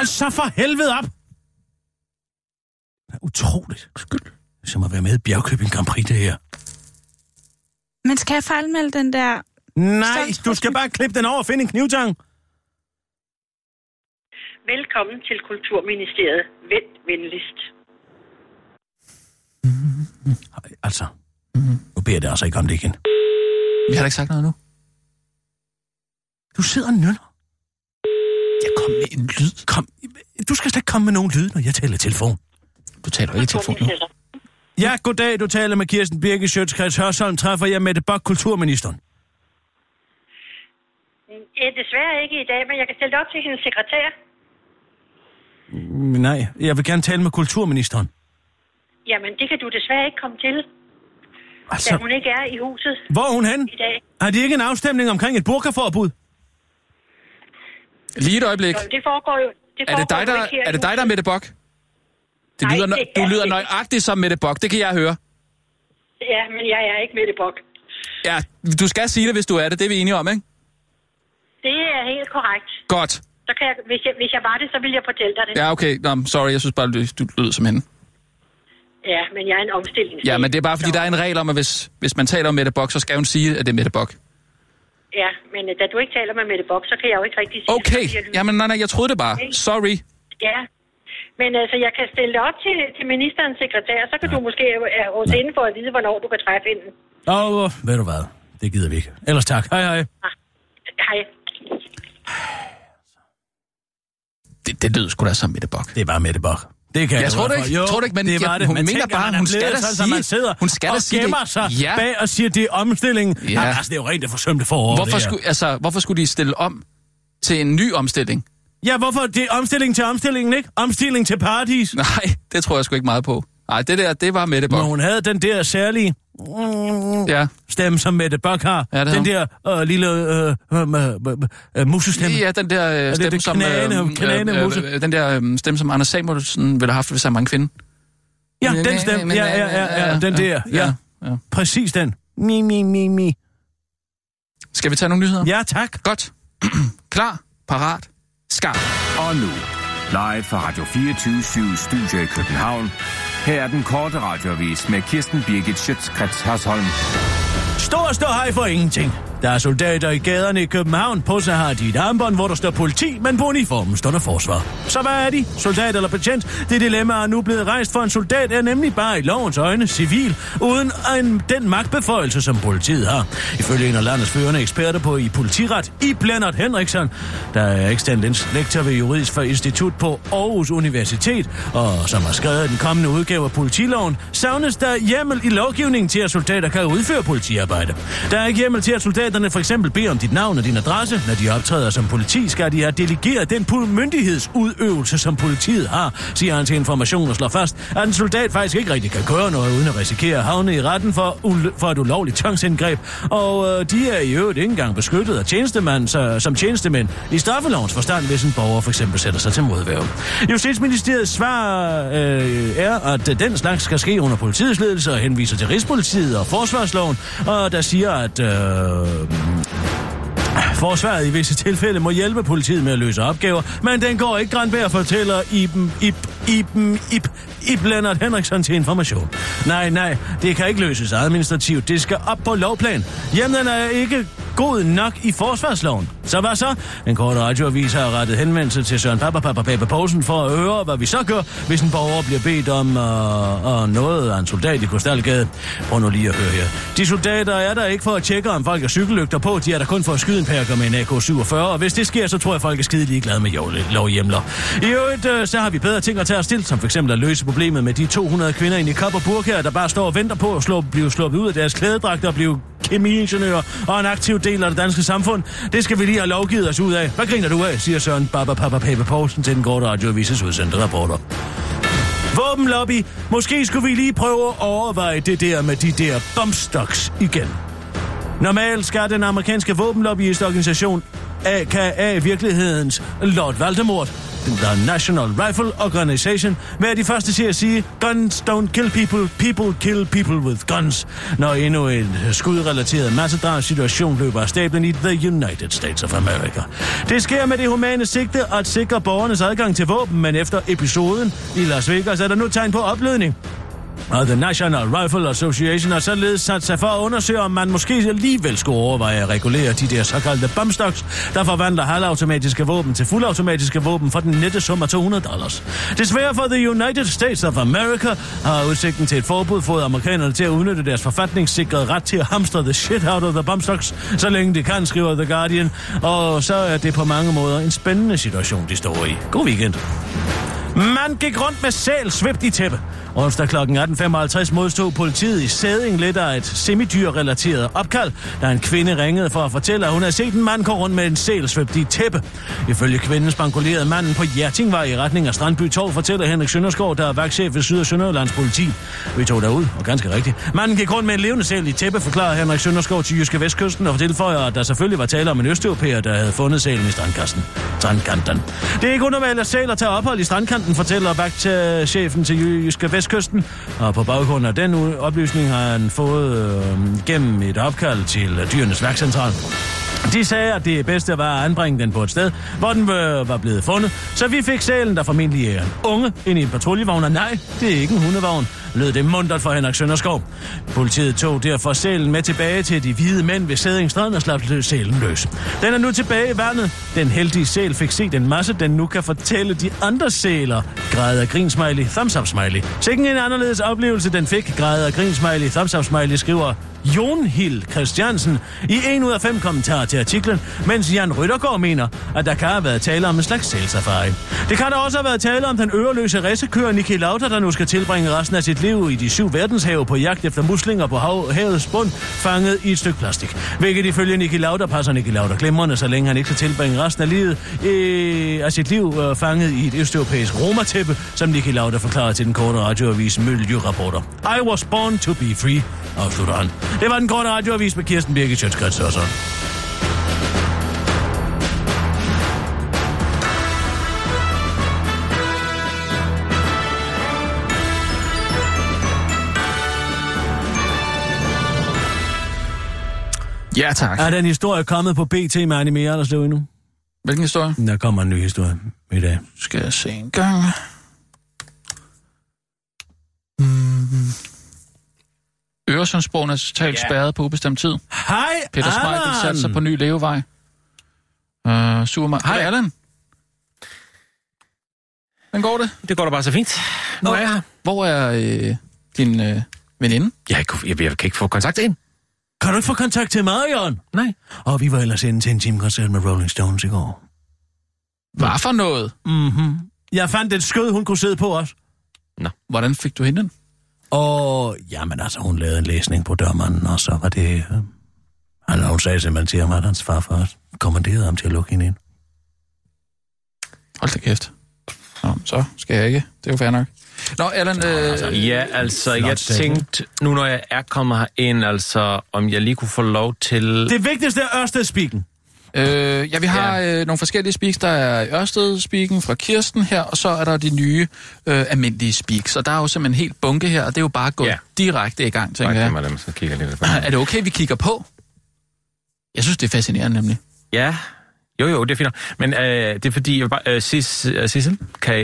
Hold så for helvede op! Det er utroligt. Skyld. Det må være med i Bjergkøbing Grand Prix, det her. Men skal jeg fejlmelde den der... Nej, du skal bare klippe den over og finde en knivtang. Velkommen til Kulturministeriet. Vent venligst. Altså, nu beder jeg det altså ikke om det igen. Vi har da ikke sagt noget nu. Du sidder og nynner. Jeg kom med en lyd. Kom. Du skal slet ikke komme med nogen lyd, når jeg taler i telefon. Du taler ikke i telefon nu. Ja, goddag. Du taler med Kirsten Birgit Schøtz-Krets Hørsholm. Træffer jeg Mette Bock, kulturministeren? Desværre ikke i dag, men jeg kan stille det op til hendes sekretær. Nej, jeg vil gerne tale med kulturministeren. Jamen, det kan du desværre ikke komme til, altså, da hun ikke er i huset. Hvor er hun hen? I dag. Har de ikke en afstemning omkring et burkaforbud? Lige et øjeblik. Det foregår jo... Er det dig, der er Mette Bock? Du lyder nøjagtigt som Mette Bock, det kan jeg høre. Ja, men jeg er ikke Mette Bock. Ja, du skal sige det, hvis du er det. Det er vi enige om, ikke? Det er helt korrekt. Godt. Så kan jeg, hvis jeg var det, så ville jeg fortælle dig det. Ja, okay. Nå, sorry, jeg synes bare, du lød som hende. Ja, men jeg er en omstilling. Ja, men det er bare, fordi der er en regel om, at hvis man taler om Mette Bock, så skal hun sige, at det er Mette Bock. Ja, men da du ikke taler med Mette Bock, så kan jeg jo ikke rigtig sige okay. det. Okay, jamen nej, jeg troede det bare. Okay. Sorry. Ja, men altså, jeg kan stille det op til ministerens sekretær, så kan du måske hos inden for at vide, hvornår du kan træffe hende. Ved du hvad? Det gider vi ikke. Ellers tak. Hej, hej. Hej. Det lød sgu da som Mette Bock. Det er bare Mette Bock. Det kan jeg tror det ikke. Tror det ikke, men det var det. Hun mener bare, hun skal da sige. Man sidder hun skal og sige gemmer sig bag og siger, det er omstilling. Ja. Altså, det er jo rent det forsømte forår. Hvorfor skulle de stille om til en ny omstilling? Ja, hvorfor? Det er omstilling til omstillingen, ikke? Omstilling til paradis. Nej, det tror jeg sgu ikke meget på. Nej, det var Mette Bock. Men hun havde den der særlige stemme, som Mette Bock har. Ja, den der lille musestemme. Ja, den der stemme, som... den der stemme, som Anders Samuelsen ville have haft, hvis han var en kvinde. Ja, den stemme. Ja, den der. Ja. Præcis den. Mi. Skal vi tage nogle nyheder? Ja, tak. Godt. Klar, parat, skarp. Og nu, live fra Radio 24/7 Studio i København. Her er den korte radioavis med Kirsten Birgit Schøtz-Krets Hørsholm. Stå hej for ingenting. Der er soldater i gaderne i København. På sig har de et armbånd, hvor der står politi, men på uniformen står der forsvar. Så hvad er de? Soldat eller betjent? Det dilemma er nu blevet rejst, for en soldat er nemlig bare i lovens øjne civil, uden den magtbeføjelse, som politiet har. Ifølge en af landets førende eksperter i politiret, Lennart Henriksson, der er ekstern lektor ved Juridisk Institut på Aarhus Universitet, og som har skrevet den kommende udgave af politiloven, savnes der hjemmel i lovgivningen til, at soldater kan udføre politiarbejde. Der er ikke hjemmel til, at soldaterne for eksempel beder om dit navn og din adresse. Når de optræder som politi, skal de have delegeret den myndighedsudøvelse, som politiet har, siger han til Information og slår fast, at en soldat faktisk ikke rigtig kan gøre noget, uden at risikere at havne i retten for et ulovligt tvangsindgreb, og de er i øvrigt ikke engang beskyttet af som tjenestemænd i straffelovens forstand, hvis en borger for eksempel sætter sig til modværge. Justitsministeriets svar er, at den slags skal ske under politiets ledelse og henviser til Rigspolitiet og Forsvarsloven, og der siger, at forsvaret i visse tilfælde må hjælpe politiet med at løse opgaver, men den går ikke Granberg, fortæller Lennart Henriksson til Information. Nej, det kan ikke løses administrativt. Det skal op på lovplan. Hjemlen er ikke god nok i forsvarsloven. Så hvad så? En kort radioavis har rettet henvendelse til Søren Papa Poulsen for at høre, hvad vi så gør, hvis en borger bliver bedt om noget af en soldat i Krystalgade. Prøv nu lige at høre her. De soldater er der ikke for at tjekke, om folk har cykellygter på. De er der kun for at skyde en perker med en AK-47, og hvis det sker, så tror jeg, folk er skide ligeglade med lovhjemler. I øvrigt, så har vi bedre ting at tage os til, som for eksempel at løse problemet med de 200 kvinder i niqab og burka, der bare står og venter på at blive sluppet ud af deres klædedragter og blive kemiingeniører og en aktiv del af det danske samfund. Det skal vi lige have lovgivet os ud af. Hvad griner du af, siger Søren Papa Poulsen til den korte radioavises udsendte rapporter. Våbenlobby. Måske skulle vi lige prøve at overveje det der med de der bombstocks igen. Normalt skal den amerikanske våbenlobbyistorganisation AKA virkelighedens Lord Voldemort The National Rifle Organization, være de første til at sige, guns don't kill people, people kill people with guns, når endnu en skudrelateret massedrabssituation løber af stablen i The United States of America. Det sker med det humane sigte at sikre borgernes adgang til våben, men efter episoden i Las Vegas er der nu tegn på opledning. Og The National Rifle Association har således sat sig for at undersøge, om man måske alligevel skulle overveje at regulere de der såkaldte bumpstocks, der forvandler halvautomatiske våben til fuldautomatiske våben for den nette sum af $200. Desværre for The United States of America har udsigten til et forbud fået amerikanerne til at udnytte deres forfatningssikrede ret til at hamstre the shit out of the bumpstocks, så længe de kan, skriver The Guardian. Og så er det på mange måder en spændende situation, de står i. God weekend. Man gik rundt med sæl svæbt i tæppe. Onsdag kl. 18.55 modstod politiet i Sæding lidt af et semidyr-relateret opkald, da en kvinde ringede for at fortælle, at hun havde set en mand gå rundt med en sæl svæbt i tæppe. Ifølge kvinden spankulerede manden på Hjertingvej i retning af Strandby Torv, fortæller Henrik Sønderskov, der er vagtchef ved Syd- og Sønderjyllands politi. Vi tog derud, og ganske rigtigt. Manden gik rundt med en levende sæl i tæppe, forklarer Henrik Sønderskov til Jyske Vestkysten, og tilføjer, at der selvfølgelig var tale om en østeuropæer, der havde fundet sælen i strandkanten. Det er ikke unormalt, at sæler tager ophold i strandkanten, fortæller vagtchefen til Jyske Vestkysten, og på baggrund af den oplysning har han fået gennem et opkald til Dyrenes Værkscentral. De sagde, at det bedste var at anbringe den på et sted, hvor den var blevet fundet, så vi fik sælen, der formentlig er en unge, ind i en patruljevogn, og nej, det er ikke en hundevogn, lød det muntert for Henrik Sønderskov. Politiet tog derfor sælen med tilbage til de hvide mænd ved Sæding Strand og slap sælen løs. Den er nu tilbage i vandet. Den heldige sæl fik set en masse, den nu kan fortælle de andre sæler. Græder grinsmiley, thumbs up smiley. Sikken en anderledes oplevelse, den fik. Græder grinsmiley, thumbs up smiley, skriver Jon Hild Christiansen i 1 ud af 5 kommentarer til artiklen, mens Jan Ryttergaard mener, at der kan have været tale om en slags sælsafari. Det kan der også have været tale om den øreløse racekører Niki Lauda, der nu skal tilbringe resten af sit liv i de 7 verdenshave på jagt efter muslinger på havets bund, fanget i et stykke plastik. Hvilket ifølge Niki Lauda passer Niki Lauda glimrende, så længe han ikke skal tilbringe resten af livet af sit liv fanget i et østeuropæisk romatæppe, som Niki Lauda forklarer til den korte radioavis Miljørapporter. I was born to be free, afslutter han. Det var den korte radioavis med Kirsten Birgit Schøtz-Krets Hørsholm. Ja, tak. Er den historie kommet på BT med Animere Allerslev endnu? Hvilken historie? Der kommer en ny historie i dag. Skal jeg se en gang. Øresundsbroen er totalt spærret på ubestemt tid. Hej, Peter Smeichel satte sig på ny levevej. Hej, Allan. Hvordan går det? Det går da bare så fint. Nu er jeg her. Hvor er din veninde? Jeg kan ikke få kontakt til hende. Kan du ikke få kontakt til mig, Jørgen? Nej. Og vi var ellers inde til en timekoncert med Rolling Stones i går. Hvad for noget? Jeg fandt et skød, hun kunne sidde på os. Nå, hvordan fik du hende? Og jamen altså, hun lavede en læsning på dørmanden, og så var det... hun sagde simpelthen til ham, at hans farfar kommanderede ham til at lukke hende ind. Hold da kæft. Nå, så skal jeg ikke. Det er jo fair nok. Nå, Allan... jeg tænkte, nu når jeg er kommet herind, om jeg lige kunne få lov til... Det vigtigste er Ørsted-speaken. Vi har nogle forskellige speaks. Der er Ørsted-speaken fra Kirsten her, og så er der de nye almindelige speaks. Og der er jo simpelthen en helt bunke her, og det er jo bare gået direkte i gang, tænker jeg. Så kigger lidt på. Er det okay, vi kigger på? Jeg synes, det er fascinerende, nemlig. Ja, jo, det er fint. Men det er fordi, Sissel,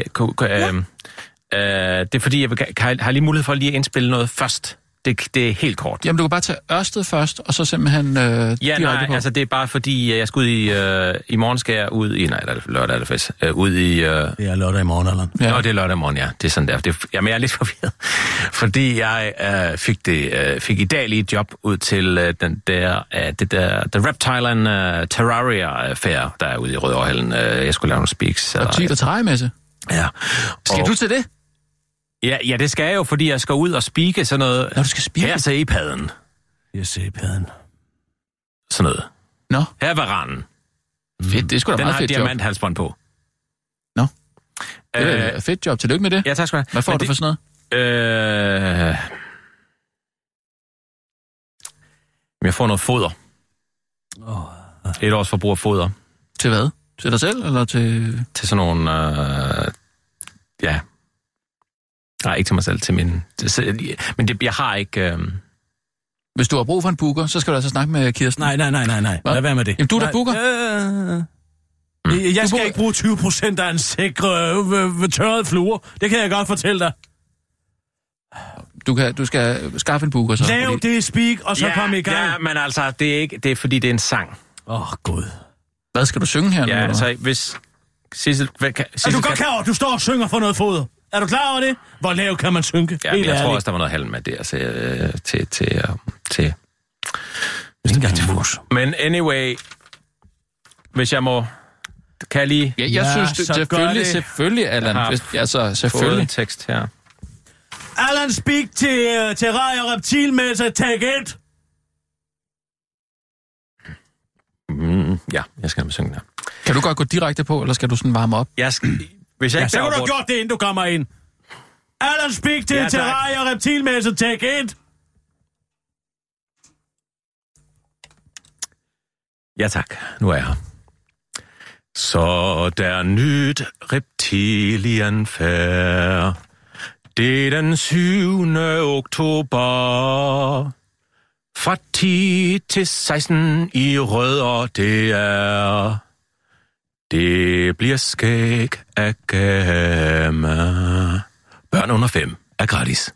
det er fordi, jeg har lige mulighed for lige at indspille noget først. Det er helt kort. Jamen, du kan bare tage Ørsted først, og så simpelthen direkte på. Altså det er bare fordi, jeg skal ud i morgen skal jeg ud i... Nej, lørdag er det faktisk. Ud i... Det er lørdag i morgen, eller? Ja. Nå, det er lørdag i morgen, ja. Det er sådan der. Jamen, jeg er lidt forvirret. Fordi jeg fik i dag lige et job ud til The Reptileland Terraria Fair, der er ude i Rødovrehallen. Jeg skulle lave nogle speaks. Og tid og terrariemesse? Ja. Skal du til det? Ja, det skal jeg jo, fordi jeg skal ud og speake sådan noget... Når du skal speake? Her ser I padden. Jeg ser I padden. Sådan noget. Nå. Her er varanen. Fedt, det er sgu da meget fedt job. Den har diamanthalsbånd på. Nå. Det er et fedt job. Tillykke med det. Ja, tak skal du have. Hvad får du for sådan noget? Jeg får noget foder. 1 års forbrug af foder. Til hvad? Til dig selv, eller til... Til sådan nogle... ja. Nej, ikke til mig selv, til min... Men jeg har ikke... Hvis du har brug for en booker, så skal du altså snakke med Kirsten. Nej. Lad være med det. Jamen, du er der booker. Jeg skal ikke bruge 20% af en sikre tørret fluer. Det kan jeg godt fortælle dig. Du skal skaffe en booker, så. Lav det speak, og så kom i gang. Ja, men altså, det er fordi, det er en sang. Gud. Hvad skal du synge her nu? Ja, altså, hvis... Sissel, er du godt klar over, at du står og synger for noget foder? Er du klar over det? Hvor lav kan man synge? Ja, jeg tror også, der var noget halm med det, altså, til Men anyway, hvis jeg må... Kan jeg lige... Ja, jeg synes, selvfølgelig, Allan. Selvfølgelig. En tekst her. Allan, speak til Terraria og Reptilmesse, tag et. Ja, jeg skal synge der. Kan du godt gå direkte på, eller skal du sådan varme op? Hvis jeg ikke så kunne du have gjort det, inden du kommer ind. Allan, speak til Terraria og Reptilmesse, tag et. Ja tak, nu er jeg her. Så der nyt reptilienfærd. Det er den 7. oktober. Fra 10 til 16 i Rødder, det bliver skæg af gamme. Børn under 5 er gratis.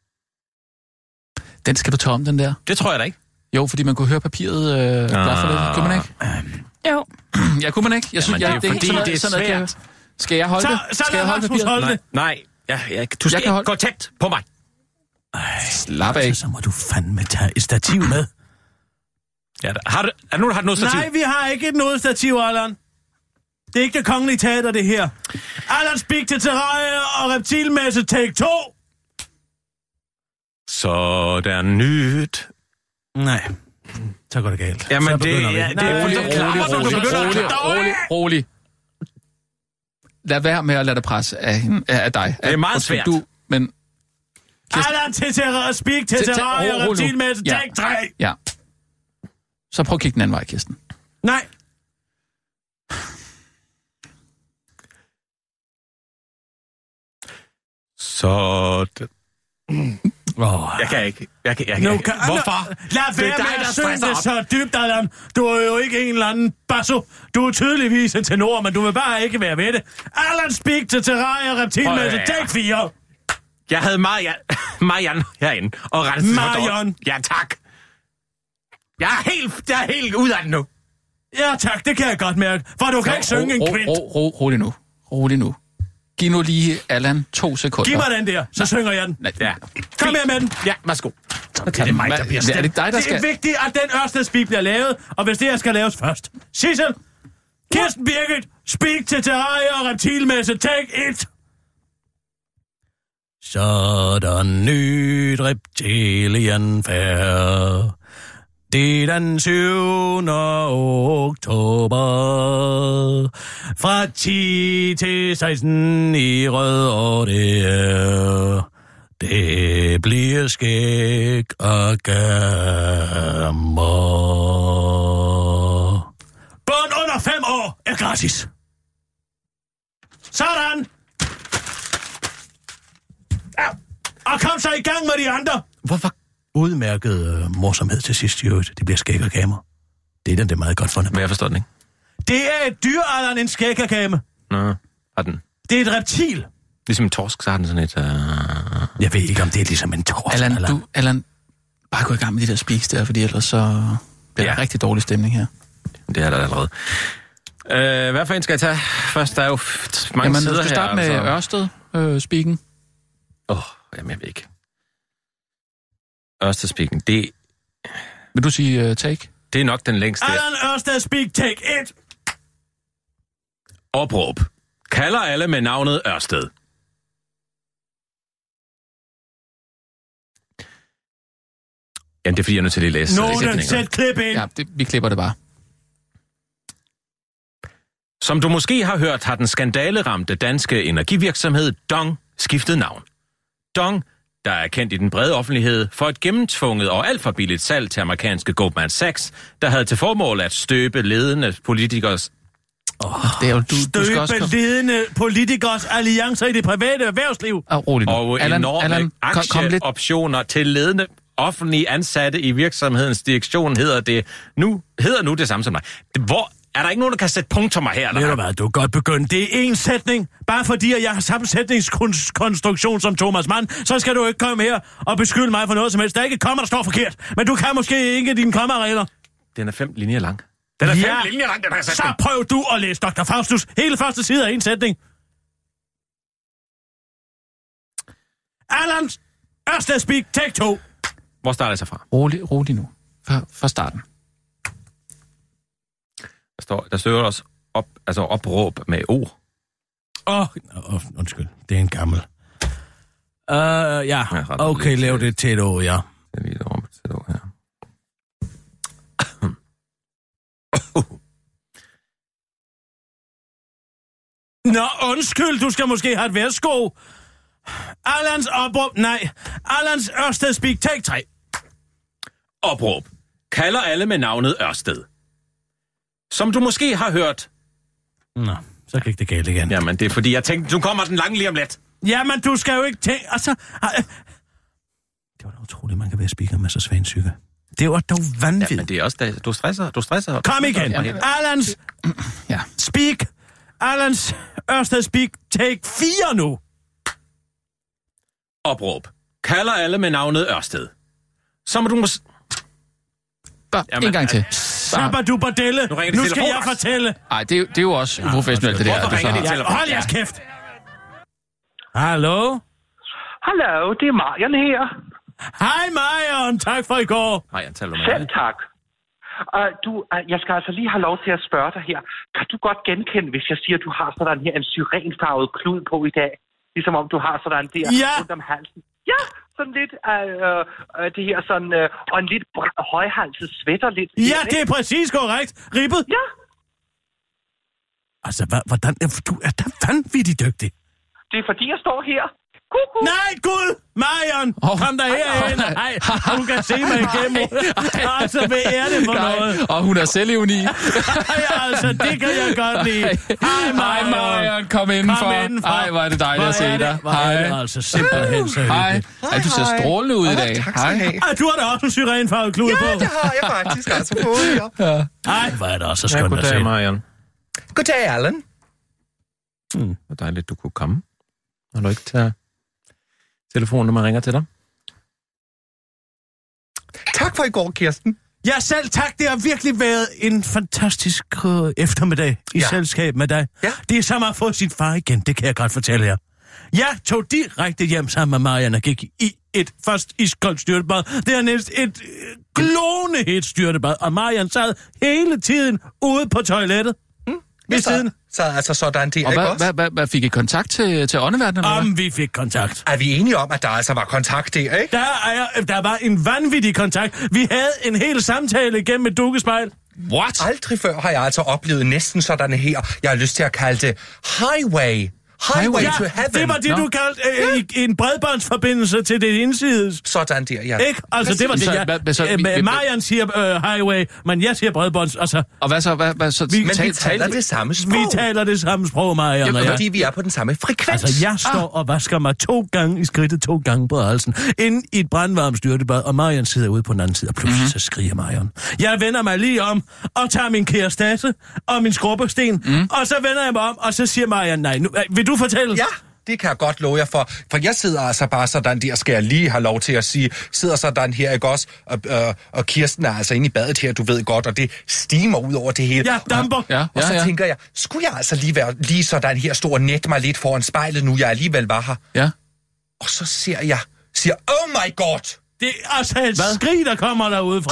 Den skal du tage om, den der? Det tror jeg da ikke. Jo, fordi man kunne høre papiret blaffe lidt. Kunne man ikke? Jo. Ja, kunne man ikke? Jeg synes, det er fordi, det er svært. Skal jeg holde det? Skal jeg holde papiret? Nej. Du skal ikke gå tæt på mig. Slap af. Så må du fandme tage et stativ med. Ja, er der nogen, der har noget stativ? Nej, vi har ikke et noget stativ, Allan. Det er ikke det kongelige teater, det her. Allan, speak til Terraria og Reptilmesse, take 2. Så der er nyt. Nej, så går det galt. Jamen, det er rolig. Lad være med at lade dig presse af dig. Det er meget svært. Men... Allan, speak til Terraria og Reptilmesse, take 3. Ja. Så prøv at kigge den anden vej, Kirsten. Nej. Så... Jeg kan ikke. Jeg kan. Hvorfor? Lad være med at synge det så dybt, Allan. Du er jo ikke en eller anden basso. Du er tydeligvis en tenor, men du vil bare ikke være ved det. Allan, speak til Terraria og Reptilmesse, take 4. Jeg havde Marianne herinde. Og Marianne. Ja, tak. Jeg er helt ud af det nu. Ja, tak. Det kan jeg godt mærke. For du kan ikke synge en kvint. Rolig nu. Giv nu lige Allan 2 sekunder. Giv mig den der, så synger jeg den. Ja. Kom her med den. Ja, værsgo. Det er mig, der bliver stemt. Er det dig, der skal... Det er vigtigt, at den Ørstedspeak bliver lavet, og hvis det her skal laves først. Sissel, Kirsten Birgit, speak til Terraria og Reptilmesse, take 1. Sådan nyt reptilienfærd. Det er den 7. oktober. Fra 10 til 16 i Rødder, det bliver skæg og gammer. Børn under 5 år er gratis. Sådan! Ja. Og kom så i gang med de andre. Hvorfor? Udmærket morsomhed til sidst, jo. Det bliver skæg og gamer. Det er meget godt for dem. Men jeg forstår den ikke. Det er et dyr, Allan, en skæg og game. Nå, har den. Det er et reptil. Ligesom en torsk, så har den sådan et... Jeg ved ikke, om det er ligesom en torsk. Allan, bare gå i gang med de der speaks der, fordi ellers så bliver der rigtig dårlig stemning her. Det er der allerede. Hvad for en skal jeg tage? Først, der er jo mange sider her. Du skal starte med Ørsted-speaken. Jamen, jeg ved ikke. Ørsted-speaken, det... Vil du sige take? Det er nok den længste. Allan Ørsted speak, take 1. Opråb. Kalder alle med navnet Ørsted. Jamen, det er fordi, jeg er nødt til at læse sætninger. Sæt klip ind. Ja, vi klipper det bare. Som du måske har hørt, har den skandaleramte danske energivirksomhed DONG skiftet navn. DONG, der er kendt i den brede offentlighed for et gennemtvunget og alt for billigt salg til amerikanske Goldman Sachs, der havde til formål at støbe ledende politikers Det er jo, du skal også... Støbeledende politikers alliancer i det private erhvervsliv. Roligt nu. Og enorme aktieoptioner til ledende offentlige ansatte i virksomhedens direktion hedder nu det samme som mig. Hvor er der ikke nogen, der kan sætte punktummer her? Ved du hvad, du kan godt begynde. Det er én sætning. Bare fordi, at jeg har sammensætningskonstruktion som Thomas Mann, så skal du ikke komme her og beskylde mig for noget som helst. Der er ikke et komma, der står forkert. Men du kan måske ikke dine kommaregler. Den er 5 linjer lang. Den er 5 linjer lang, den her sætning. Så prøv du at læse Dr. Faustus. Hele første side af en sætning. Allan Ørsted Speak, take 2. Hvor starter det så fra? Rolig nu. Fra starten. Der står også opråb med O. Undskyld. Det er en gammel. Ja. Okay, lav det til et O, ja. Det er lige over til et O, ja. Nå, undskyld, du skal måske have et værsgo. Allans opråb, nej. Allans Ørsted Speak, take 3. Opråb. Kalder alle med navnet Ørsted. Som du måske har hørt. Nå, så gik det galt igen. Jamen, det er fordi, jeg tænkte, du kommer den lange lige om lidt. Jamen, du skal jo ikke tænke... Altså, det var da utroligt, man kan være speaker med så svag en psyke. Det var dog vanvittigt. Ja, men det er også... Du stresser. Kom igen. Allans... Ja. Speak. Allans Ørsted Speak. Take 4 nu. Opråb. Kalder alle med navnet Ørsted. Så må du måske... En gang til. Sabadubadelle. Nu skal jeg fortælle. Nej, det er jo også uprofessionelt, det der. Hvorfor ringer de telefon? Hold jeres kæft. Hallo? Hallo, det er Marion her. Hej Marion, tak for i går. Marion, taler du med? Selv tak. Jeg skal altså lige have lov til at spørge dig her. Kan du godt genkende, hvis jeg siger, at du har sådan her en syrenfarvet klud på i dag? Ligesom om du har sådan der rundt om halsen. Ja, sådan lidt det her sådan, og en lidt højhalset sweater lidt. Ja, det er præcis korrekt. Ribbet? Ja. Altså, hvordan? Du er da vanvittigt dygtig. Det er fordi, jeg står her. Nej, Gud! Marion! Kom der herhen! Hej, hun kan se mig igennem. Altså, hvad er det for noget? Og hun er selvivni. Altså, det kan jeg godt lide. Hej, Marion. Kom indenfor. Hej, hvor er det dejligt at se dig. Hej. Det er altså simpelthen så hyggeligt. Hej. Du ser strålende ud i dag. Tak skal du have. Du har da også en syrenfarvet klud på. Ja, det har jeg faktisk altså fået, ja. Hej, hvor er det også skønt at se. Goddag, Marion. Goddag, Allan. Hvor dejligt, du kunne komme. Har du ikke taget telefonen, når man ringer til dig? Tak for i går, Kirsten. Ja, selv tak. Det har virkelig været en fantastisk eftermiddag i selskab med dig. Ja. Det er som at få sin far igen, det kan jeg godt fortælle jer. Jeg tog direkte hjem sammen med Marian og gik i et først iskoldt styrtebad. Det er næsten et glående styrtebad, og Marian sad hele tiden ude på toilettet. Ved siden. Så altså sådan det, og hvad fik I kontakt til åndeverdenen? Vi fik kontakt. Er vi enige om, at der altså var kontakt der, ikke? Der var en vanvittig kontakt. Vi havde en hel samtale igennem et dukkespejl. What? Aldrig før har jeg altså oplevet næsten sådan her. Jeg har lyst til at kalde det highway to heaven. Det var det, du kaldte en bredbåndsforbindelse til det indsides. Sådan der, ja. Ikke? Altså, det var det, Marian siger highway, men jeg siger bredbånds. Altså, og hvad så? Vi taler det samme sprog. Vi taler det samme sprog, Marian. Ja, fordi vi er på den samme frekvens. Altså, jeg står og vasker mig 2 gange i skridtet, 2 gange på halsen, inde i et brandvarmt styrtebad, og Marian sidder ude på den anden side, og pludselig så skriger Marian. Jeg vender mig lige om, og tager min kærestasse og min skrubbesten, og så vender jeg mig om, og så siger Marian, nej, nu, vil du fortælle? Ja, det kan jeg godt love jer for. For jeg sidder altså bare sådan der, skal jeg lige have lov til at sige, sidder sådan her, ikke også? Og Kirsten er altså inde i badet her, du ved godt, og det stimer ud over det hele. Ja, damper. Og så tænker jeg, skulle jeg altså lige være lige sådan her, stå og net mig lidt foran spejlet, nu jeg alligevel var her. Ja. Og så siger, oh my god! Det er altså et skrig, der kommer derude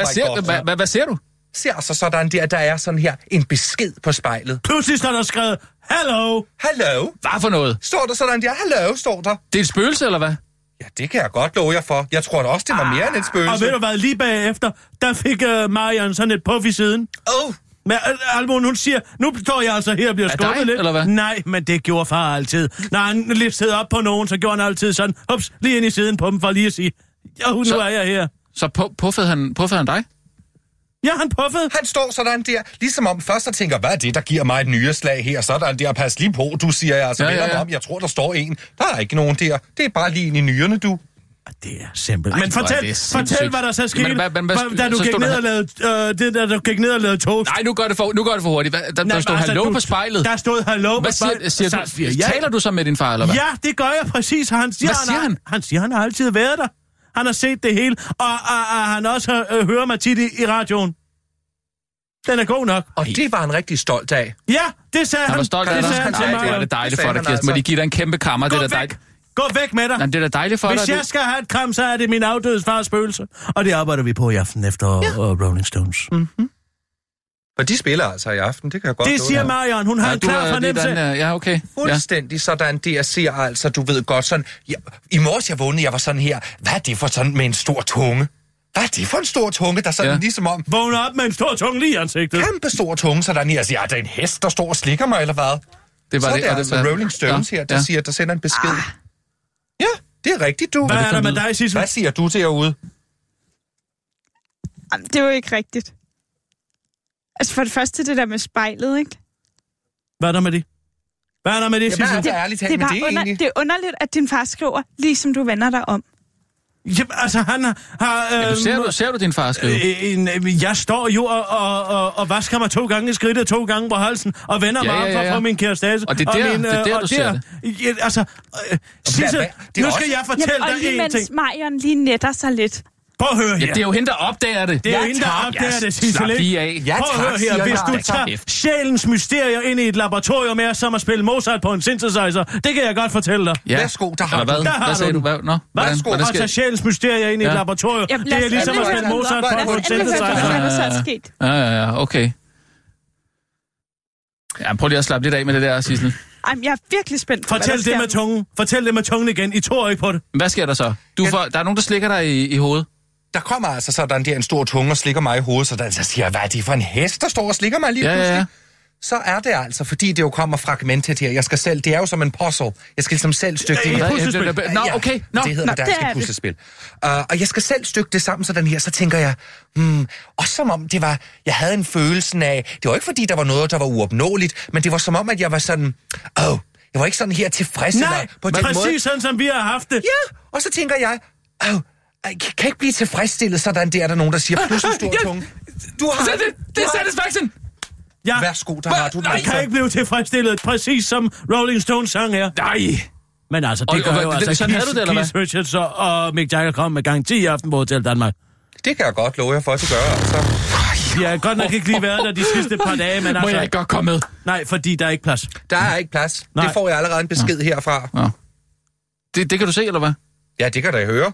fra. Hvad ser du? Ser altså sådan der er sådan her en besked på spejlet. Pludselig står der skrevet, hello. Hello. Hvad for noget? Står der sådan der, hello, står der. Det er et spøgelse, eller hvad? Ja, det kan jeg godt love jer for. Jeg tror da også, det var mere end et spøgelse. Og ved du hvad, lige bagefter, der fik Marian sådan et puff i siden. Men Almon, hun siger, nu står jeg altså her og bliver skubbet lidt. Eller hvad? Nej, men det gjorde far altid. Når han liftede op på nogen, så gjorde han altid sådan, ups, lige ind i siden på dem, for lige at sige, nu er jeg her. Så puffede han dig? Ja, han puffede. Han står sådan der, ligesom om først og tænker, hvad er det, der giver mig et nyreslag her? Sådan der, pas lige på, du siger jeg, altså vender om, jeg tror, der står en. Der er ikke nogen der. Det er bare lige ind i nyrerne, du. Det er simpelthen. Men fortæl, hvad der så skete, da du gik ned og lavede toast. Nej, nu går det for hurtigt. Der stod hallo på spejlet. Der stod hallo på spejlet. Taler du så med din far, eller hvad? Ja, det gør jeg præcis. Hvad siger han? Han siger, han har altid været der. Han har set det hele, og han også hører mig tit i radioen. Den er god nok. Og det var han rigtig stolt af. Ja, det sagde han. Han var stolt af dig. Det er det dejligt for dig, Kirsten. Må de give dig en kæmpe krammer? Det er dejligt. Gå væk med dig. Jamen, det er da dejligt for dig. Hvis jeg skal have et kram, så er det min afdødes fars spøgelse. Og det arbejder vi på i aften efter Rolling Stones. Mm-hmm. Og de spiller altså i aften, det kan jeg godt. Det siger Marion, hun har en klar fornemmelse. Ja, okay. Fuldstændig sådan, det jeg ser altså, du ved godt sådan. I morges jeg vågnede, jeg var sådan her. Hvad er det for sådan med en stor tunge? Hvad er det for en stor tunge, der sådan ligesom om... Vågner op med en stor tunge lige i ansigtet. Kæmpe stor tunge, sådan her. Jeg siger, der er en hest, der står og slikker mig, eller hvad? Det var så det er altså Rolling Stones her, der siger, der sender en besked. Ja, det er rigtigt, du. Hvad er der med dig, Sissel? Hvad siger du derude? Det er jo ikke rigtigt. Altså for det første det der med spejlet, ikke? Hvad er der med det? Hvad er der med det, Sissel? Det er underligt, at din far skriver, ligesom du vender dig om. Ja, altså han har... ser du din far skrive? Jeg står jo og vasker mig 2 gange i skridtet, 2 gange på halsen, og vender mig op for at få min kærestase. Og det er der, du ser det. Altså, Sissel, nu skal jeg fortælle dig en ting. Og mens Marion lige netter sig lidt. Prøv at høre her. Ja, det er jo hende, der opdager det. Det er jo hende, der opdager det, Sissel. Slap lige af. Prøv at høre her. Hvis du tager sjælens mysterier ind i et laboratorium med, som at spille Mozart på en synthesizer, det kan jeg godt fortælle dig. Ja. Værsgo, der har du. Hvad sagde du? Værsgo, at tage sjælens mysterier ind i et laboratorium. Det er ligesom at spille Mozart på en synthesizer. Ja, okay. Ja, prøv lige at slappe lidt af med det der, Sissel. Jeg er virkelig spændt på, Fortæl det med tungen igen. I tror ikke på det. Hvad sker der så? Der er nogen, der slikker dig i hovedet. Der kommer altså sådan der en stor tunge og slikker mig i hovedet, så der altså siger, hvad er det for en hest, der står og slikker mig lige pludselig? Ja. Så er det altså, fordi det jo kommer fragmentet her. Jeg skal selv, det er jo som en puzzle. Jeg skal ligesom selv stykke det. Okay. Det hedder dansk et puslespil. Og jeg skal selv stykke det sammen sådan her, så tænker jeg, også som om det var, jeg havde en følelse af, det var ikke fordi, der var noget, der var uopnåeligt, men det var som om, at jeg var sådan, jeg var ikke sådan her tilfreds. Nej, på den præcis måde. Sådan, som vi har haft det. Ja, og så tænker jeg, jeg kan ikke blive tilfredsstillet, sådan der er der nogen, der siger, plus en stor tunge. Du har det er satisfaction! Ja. Værsgo, der har du den. Jeg kan ikke blive tilfredsstillet, præcis som Rolling Stones sang her. Nej! Men altså, det gør jo altså Keith Richards og Mick Jagger kom med garanti i aften på Hotel Danmark. Det kan jeg godt love jer for, at det gør, altså. Jeg har godt nok ikke lige været der de sidste par dage, men altså... Må jeg ikke godt komme med? Nej, fordi der er ikke plads. Der er ikke plads. Nej. Det får jeg allerede en besked herfra. Ja. Det kan du se, eller hvad? Ja, det kan da høre.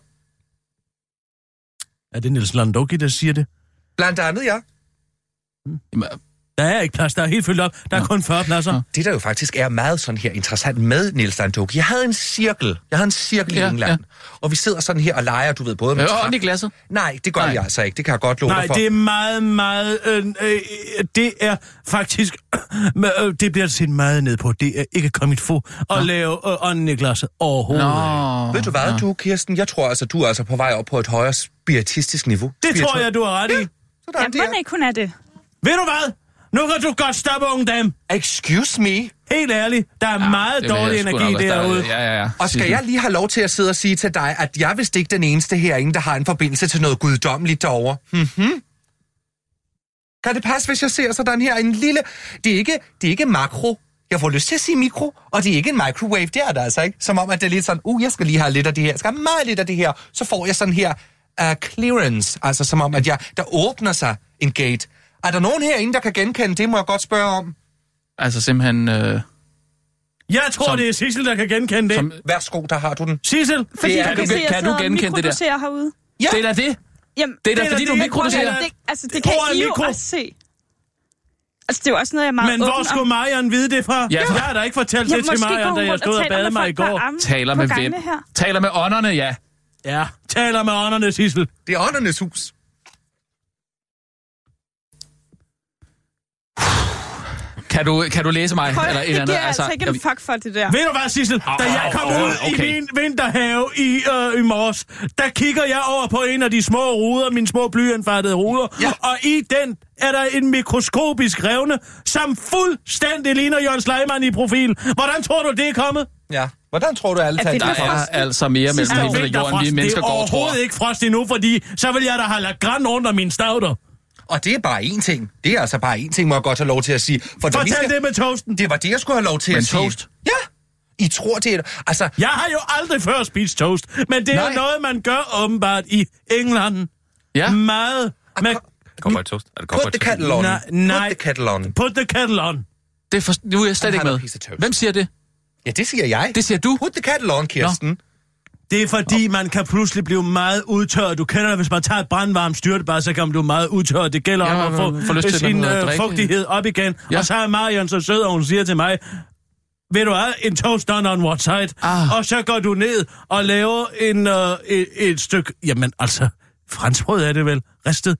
Er det Niels Landoki, der siger det? Blandt andet, ja. Der er ikke plads, der er helt fyldt op. Der er kun 40 pladser. Det, der jo faktisk er meget sådan her interessant med Niels Landoki. Jeg havde en cirkel i England. Og vi sidder sådan her og leger, du ved, både med ånd i glasset? Nej, det gør vi altså ikke. Det kan jeg godt love dig for. Nej, det er meget... det er faktisk... det bliver set meget ned på. Det er ikke kommet få at lave ånden i glasset overhovedet. Ved du hvad, du, Kirsten? Jeg tror altså, du er altså på vej op på et højere spiritistisk niveau. Det tror jeg, du har ret i. Jamen, ikke kun er det. Ved du hvad? Nu kan du godt stoppe, unge dame. Excuse me? Helt ærligt, der er meget dårlig energi derude. Ja. Og skal jeg lige have lov til at sidde og sige til dig, at jeg er vist ikke den eneste herinde, der har en forbindelse til noget guddommeligt derovre? Kan det passe, hvis jeg ser sådan her en lille... Det er ikke makro. Jeg får lyst til at sige mikro, og det er ikke en microwave. Det er der altså ikke. Som om, at det er lidt sådan, jeg skal lige have lidt af det her. Jeg skal have meget lidt af det her. Så får jeg sådan her clearance. Altså som om, at der åbner sig en gate. Er der nogen herinde, der kan genkende det, må jeg godt spørge om? Altså simpelthen... Jeg tror, det er Sissel, der kan genkende det. Værsgo, der har du den. Sissel, fordi kan du genkende det der? Herude. Ja. Det er da det. Jamen, det er da fordi, du mikroducerer. Det kan I jo også se. Altså, det er jo også noget, jeg er meget Men hvor skulle Marion vide det fra? Ja. Jeg har da ikke fortalt det til Marion, da jeg stod og bade mig i går. Taler med hvem? Taler med ånderne, ja. Ja, taler med ånderne, Sissel. Det er åndernes hus. Kan du læse mig? Prøv, eller det giver andet? altså ikke en fuck for det der. Ved du hvad, Sissel? Da jeg kom ud i min vinterhave i morges, der kigger jeg over på en af de små ruder, mine små blyantfattede ruder, og i den er der en mikroskopisk revne, som fuldstændig ligner Jørgen Schleimann i profil. Hvordan tror du, det er kommet? Ja. Hvordan tror du, alle tager? Der er altså mere mellem himmel og jorden, vi mennesker går og tror. Det er overhovedet ikke frost endnu, fordi så vil jeg da have lagt græn under mine stauder. Og det er bare én ting. Det er altså bare én ting, må jeg godt have lov til at sige. Fortæl det med toasten. Det var det, jeg skulle have lov til at sige. toast? Ja. I tror, det er... Altså... Jeg har jo aldrig før spist toast, men det er jo noget, man gør åbenbart i England. Ja. Meget. Cowboy toast. Er det Put the kettle on. Nej. Put the kettle on. Put the kettle on. Nu er jeg slet ikke med. Hvem siger det? Ja, det siger jeg. Det siger du? Put the kettle on, Kirsten. Nå. Det er fordi, man kan pludselig blive meget udtørret. Du kender det, hvis man tager et brandvarmt styrtebad, så kan man blive meget udtørret. Det gælder om at få sin fugtighed op igen. Ja. Og så er Marion så sød, og hun siger til mig, ved du hvad, en toast done on what side? Og så går du ned og laver et stykke, jamen altså, franskbrød er det vel, ristet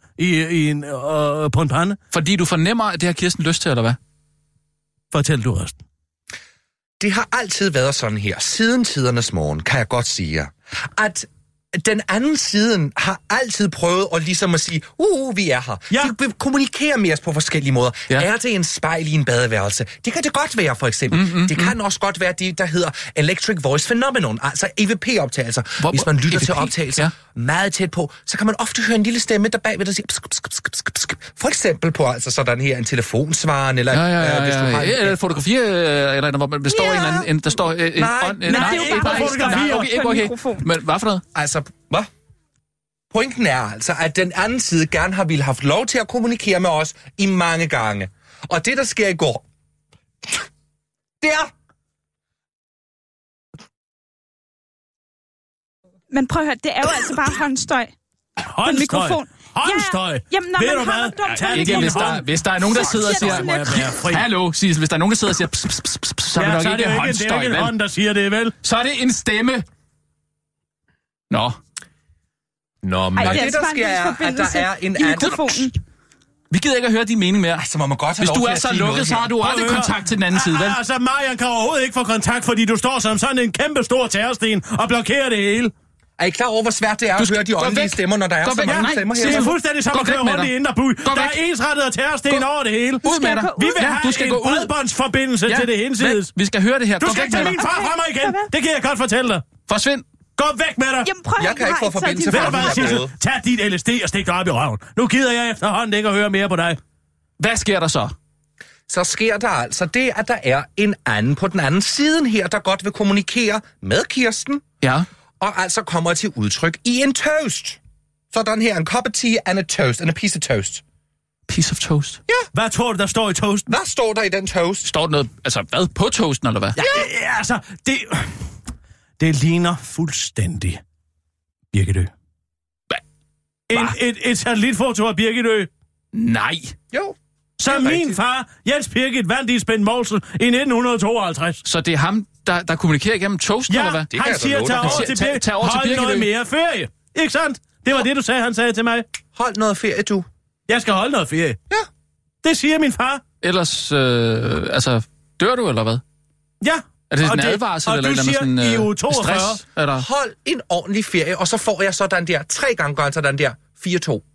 på en pande. Fordi du fornemmer, at det har Kirsten lyst til, eller hvad? Fortæl du resten. Det har altid været sådan her, siden tidernes morgen, kan jeg godt sige jer, at den anden siden har altid prøvet at ligesom at sige, vi er her. Ja. De kommunikerer med os på forskellige måder. Ja. Er det en spejl i en badeværelse? Det kan det godt være, for eksempel. Det kan også godt være det, der hedder Electric Voice Phenomenon, altså EVP-optagelser. Hvis man lytter til optagelser meget tæt på, så kan man ofte høre en lille stemme, der bagved, der siger... For eksempel på altså sådan her en telefonsvaren, eller... Hvis du har eller fotografi, eller hvor man står en eller anden... Der står en nej, ikke bare fotografi. Men hvad for noget? Altså, hvad? Pointen er altså, at den anden side gerne har ville haft lov til at kommunikere med os i mange gange. Og det, der sker i går, det er... Men prøv at høre, det er jo altså bare håndstøj. Håndstøj? Håndstøj? Ja, jamen, når ved man har noget dumt... Hvis der er nogen, der sidder og siger... Hallo, Sissel, hvis der er nogen, der sidder og siger... Så er det nok ikke håndstøj, det er ikke en hånd, der siger det, vel? Så er det en stemme. Nå. Men det, der sker, er, at der er en anden... Vi gider ikke at høre din mening mere. Altså, må man godt hvis du er så lukket, så har du aldrig kontakt til den anden side, vel? Altså, Marian kan overhovedet ikke få kontakt, fordi du står som sådan en kæmpe stor terrorsten og blokerer det hele. Er I klar over, hvor svært det er at høre de åndelige stemmer, når der er så mange stemmer her? Det er fuldstændig som at køre rundt i Indre By. Der er ensrettet og terrorsten over det hele. Ud med dig. Vi vil have en bredbåndsforbindelse til det hinsides. Vi skal høre det her. Du skal ikke tage min far fra mig igen. Det kan jeg godt fortælle dig. Forsvind. Gå væk med dig! Jeg kan ikke få forbindelse fra dig. Tag dit LSD og stik dig op i røven. Nu gider jeg efterhånden ikke at høre mere på dig. Hvad sker der så? Så sker der altså det, at der er en anden på den anden side her, der godt vil kommunikere med Kirsten. Ja. Og altså kommer til udtryk i en toast. Sådan her, en cup of tea and a toast, and a piece of toast. Piece of toast? Ja. Hvad tror du, der står i toasten? Hvad står der i den toast? Står der noget, altså hvad, på toasten, eller hvad? Ja, altså, det ligner fuldstændig Birgitø. Et satellitfoto af Birgitø. Nej. Jo. Så min far, Jens Birgit, vandt i Spend Moulsen i 1952. Så det er ham, der kommunikerer igennem toasten, eller hvad? Ja, han siger, tag over til Birgit. Hold noget mere ferie. Ikke sandt? Det var det, du sagde, han sagde til mig. Hold noget ferie, du. Jeg skal holde noget ferie. Ja. Det siger min far. Ellers, dør du, eller hvad? Ja. Er det en advarsel, eller noget sådan stress? Eller? Hold en ordentlig ferie, og så får jeg sådan der 3 gange gør sådan der 4-2.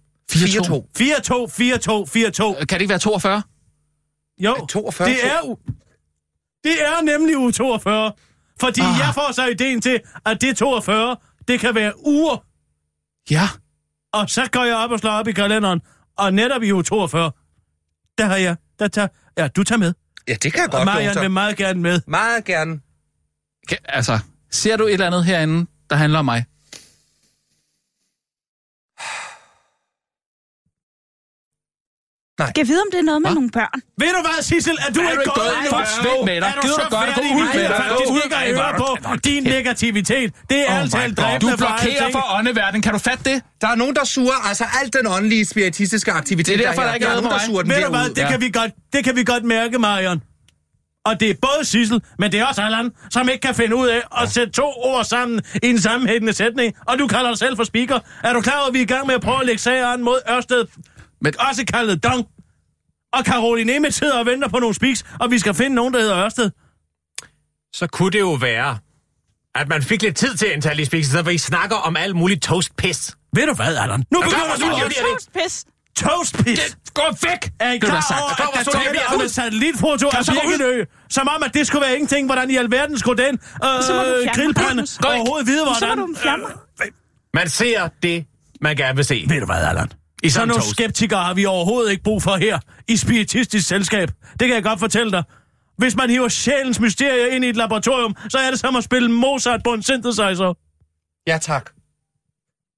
4-2. Kan det ikke være 42? Jo, 42, det er nemlig uge 42. Fordi jeg får så ideen til, at det 42, det kan være uger. Ja. Og så går jeg op og slår op i kalenderen, og netop i uge 42, der har jeg, du tager med. Ja, det kan jeg godt. Og Marian vil meget gerne med. Meget gerne. Altså, ser du et eller andet herinde, der handler om mig? Nej. Skal jeg vide, om det er noget med nogle børn? Ved du hvad, Sissel? Er du ikke gået endnu? Forsvind med dig. Er du så færdig? Jeg faktisk ikke at høre på din negativitet. Det er altid dræbende. Du blokerer for åndeverdenen. Kan du fatte det? Der er nogen, der suger altså alt den åndelige, spiritistiske aktivitet. Det er derfor, der ikke er noget på mig. Ved du hvad, det kan vi godt mærke, Marion. Og det er både Sissel, men det er også Allan, som ikke kan finde ud af at sætte 2 ord sammen i en sammenhængende sætning. Og du kalder dig selv for speaker. Er du klar over, at vi er i gang med at prøve at lægge sager an mod Ørsted? Men også kaldet Dong. og Caroline Emmet sidder og venter på nogle spiks, og vi skal finde nogen, der hedder Ørsted. Så kunne det jo være, at man fik lidt tid til at indtale i spiks, så vi snakker om alt muligt toastpis. Ved du hvad, Allan? Nu begynder du at Toastpis. Toastpis! Gå væk! Er I klar over, at der taler om et satellitfoto af Birkenø? Som om, at det skulle være ingenting. Hvordan i alverden skulle den grillpande overhovedet vide, hvordan... Så må du fjerne mig. Man ser det, man gerne vil se. Ved du hvad, Allan? I sådan nogle skeptikere har vi overhovedet ikke brug for her i spiritistisk selskab. Det kan jeg godt fortælle dig. Hvis man hiver sjælens mysterier ind i et laboratorium, så er det som at spille Mozart på en synthesizer. Ja, tak.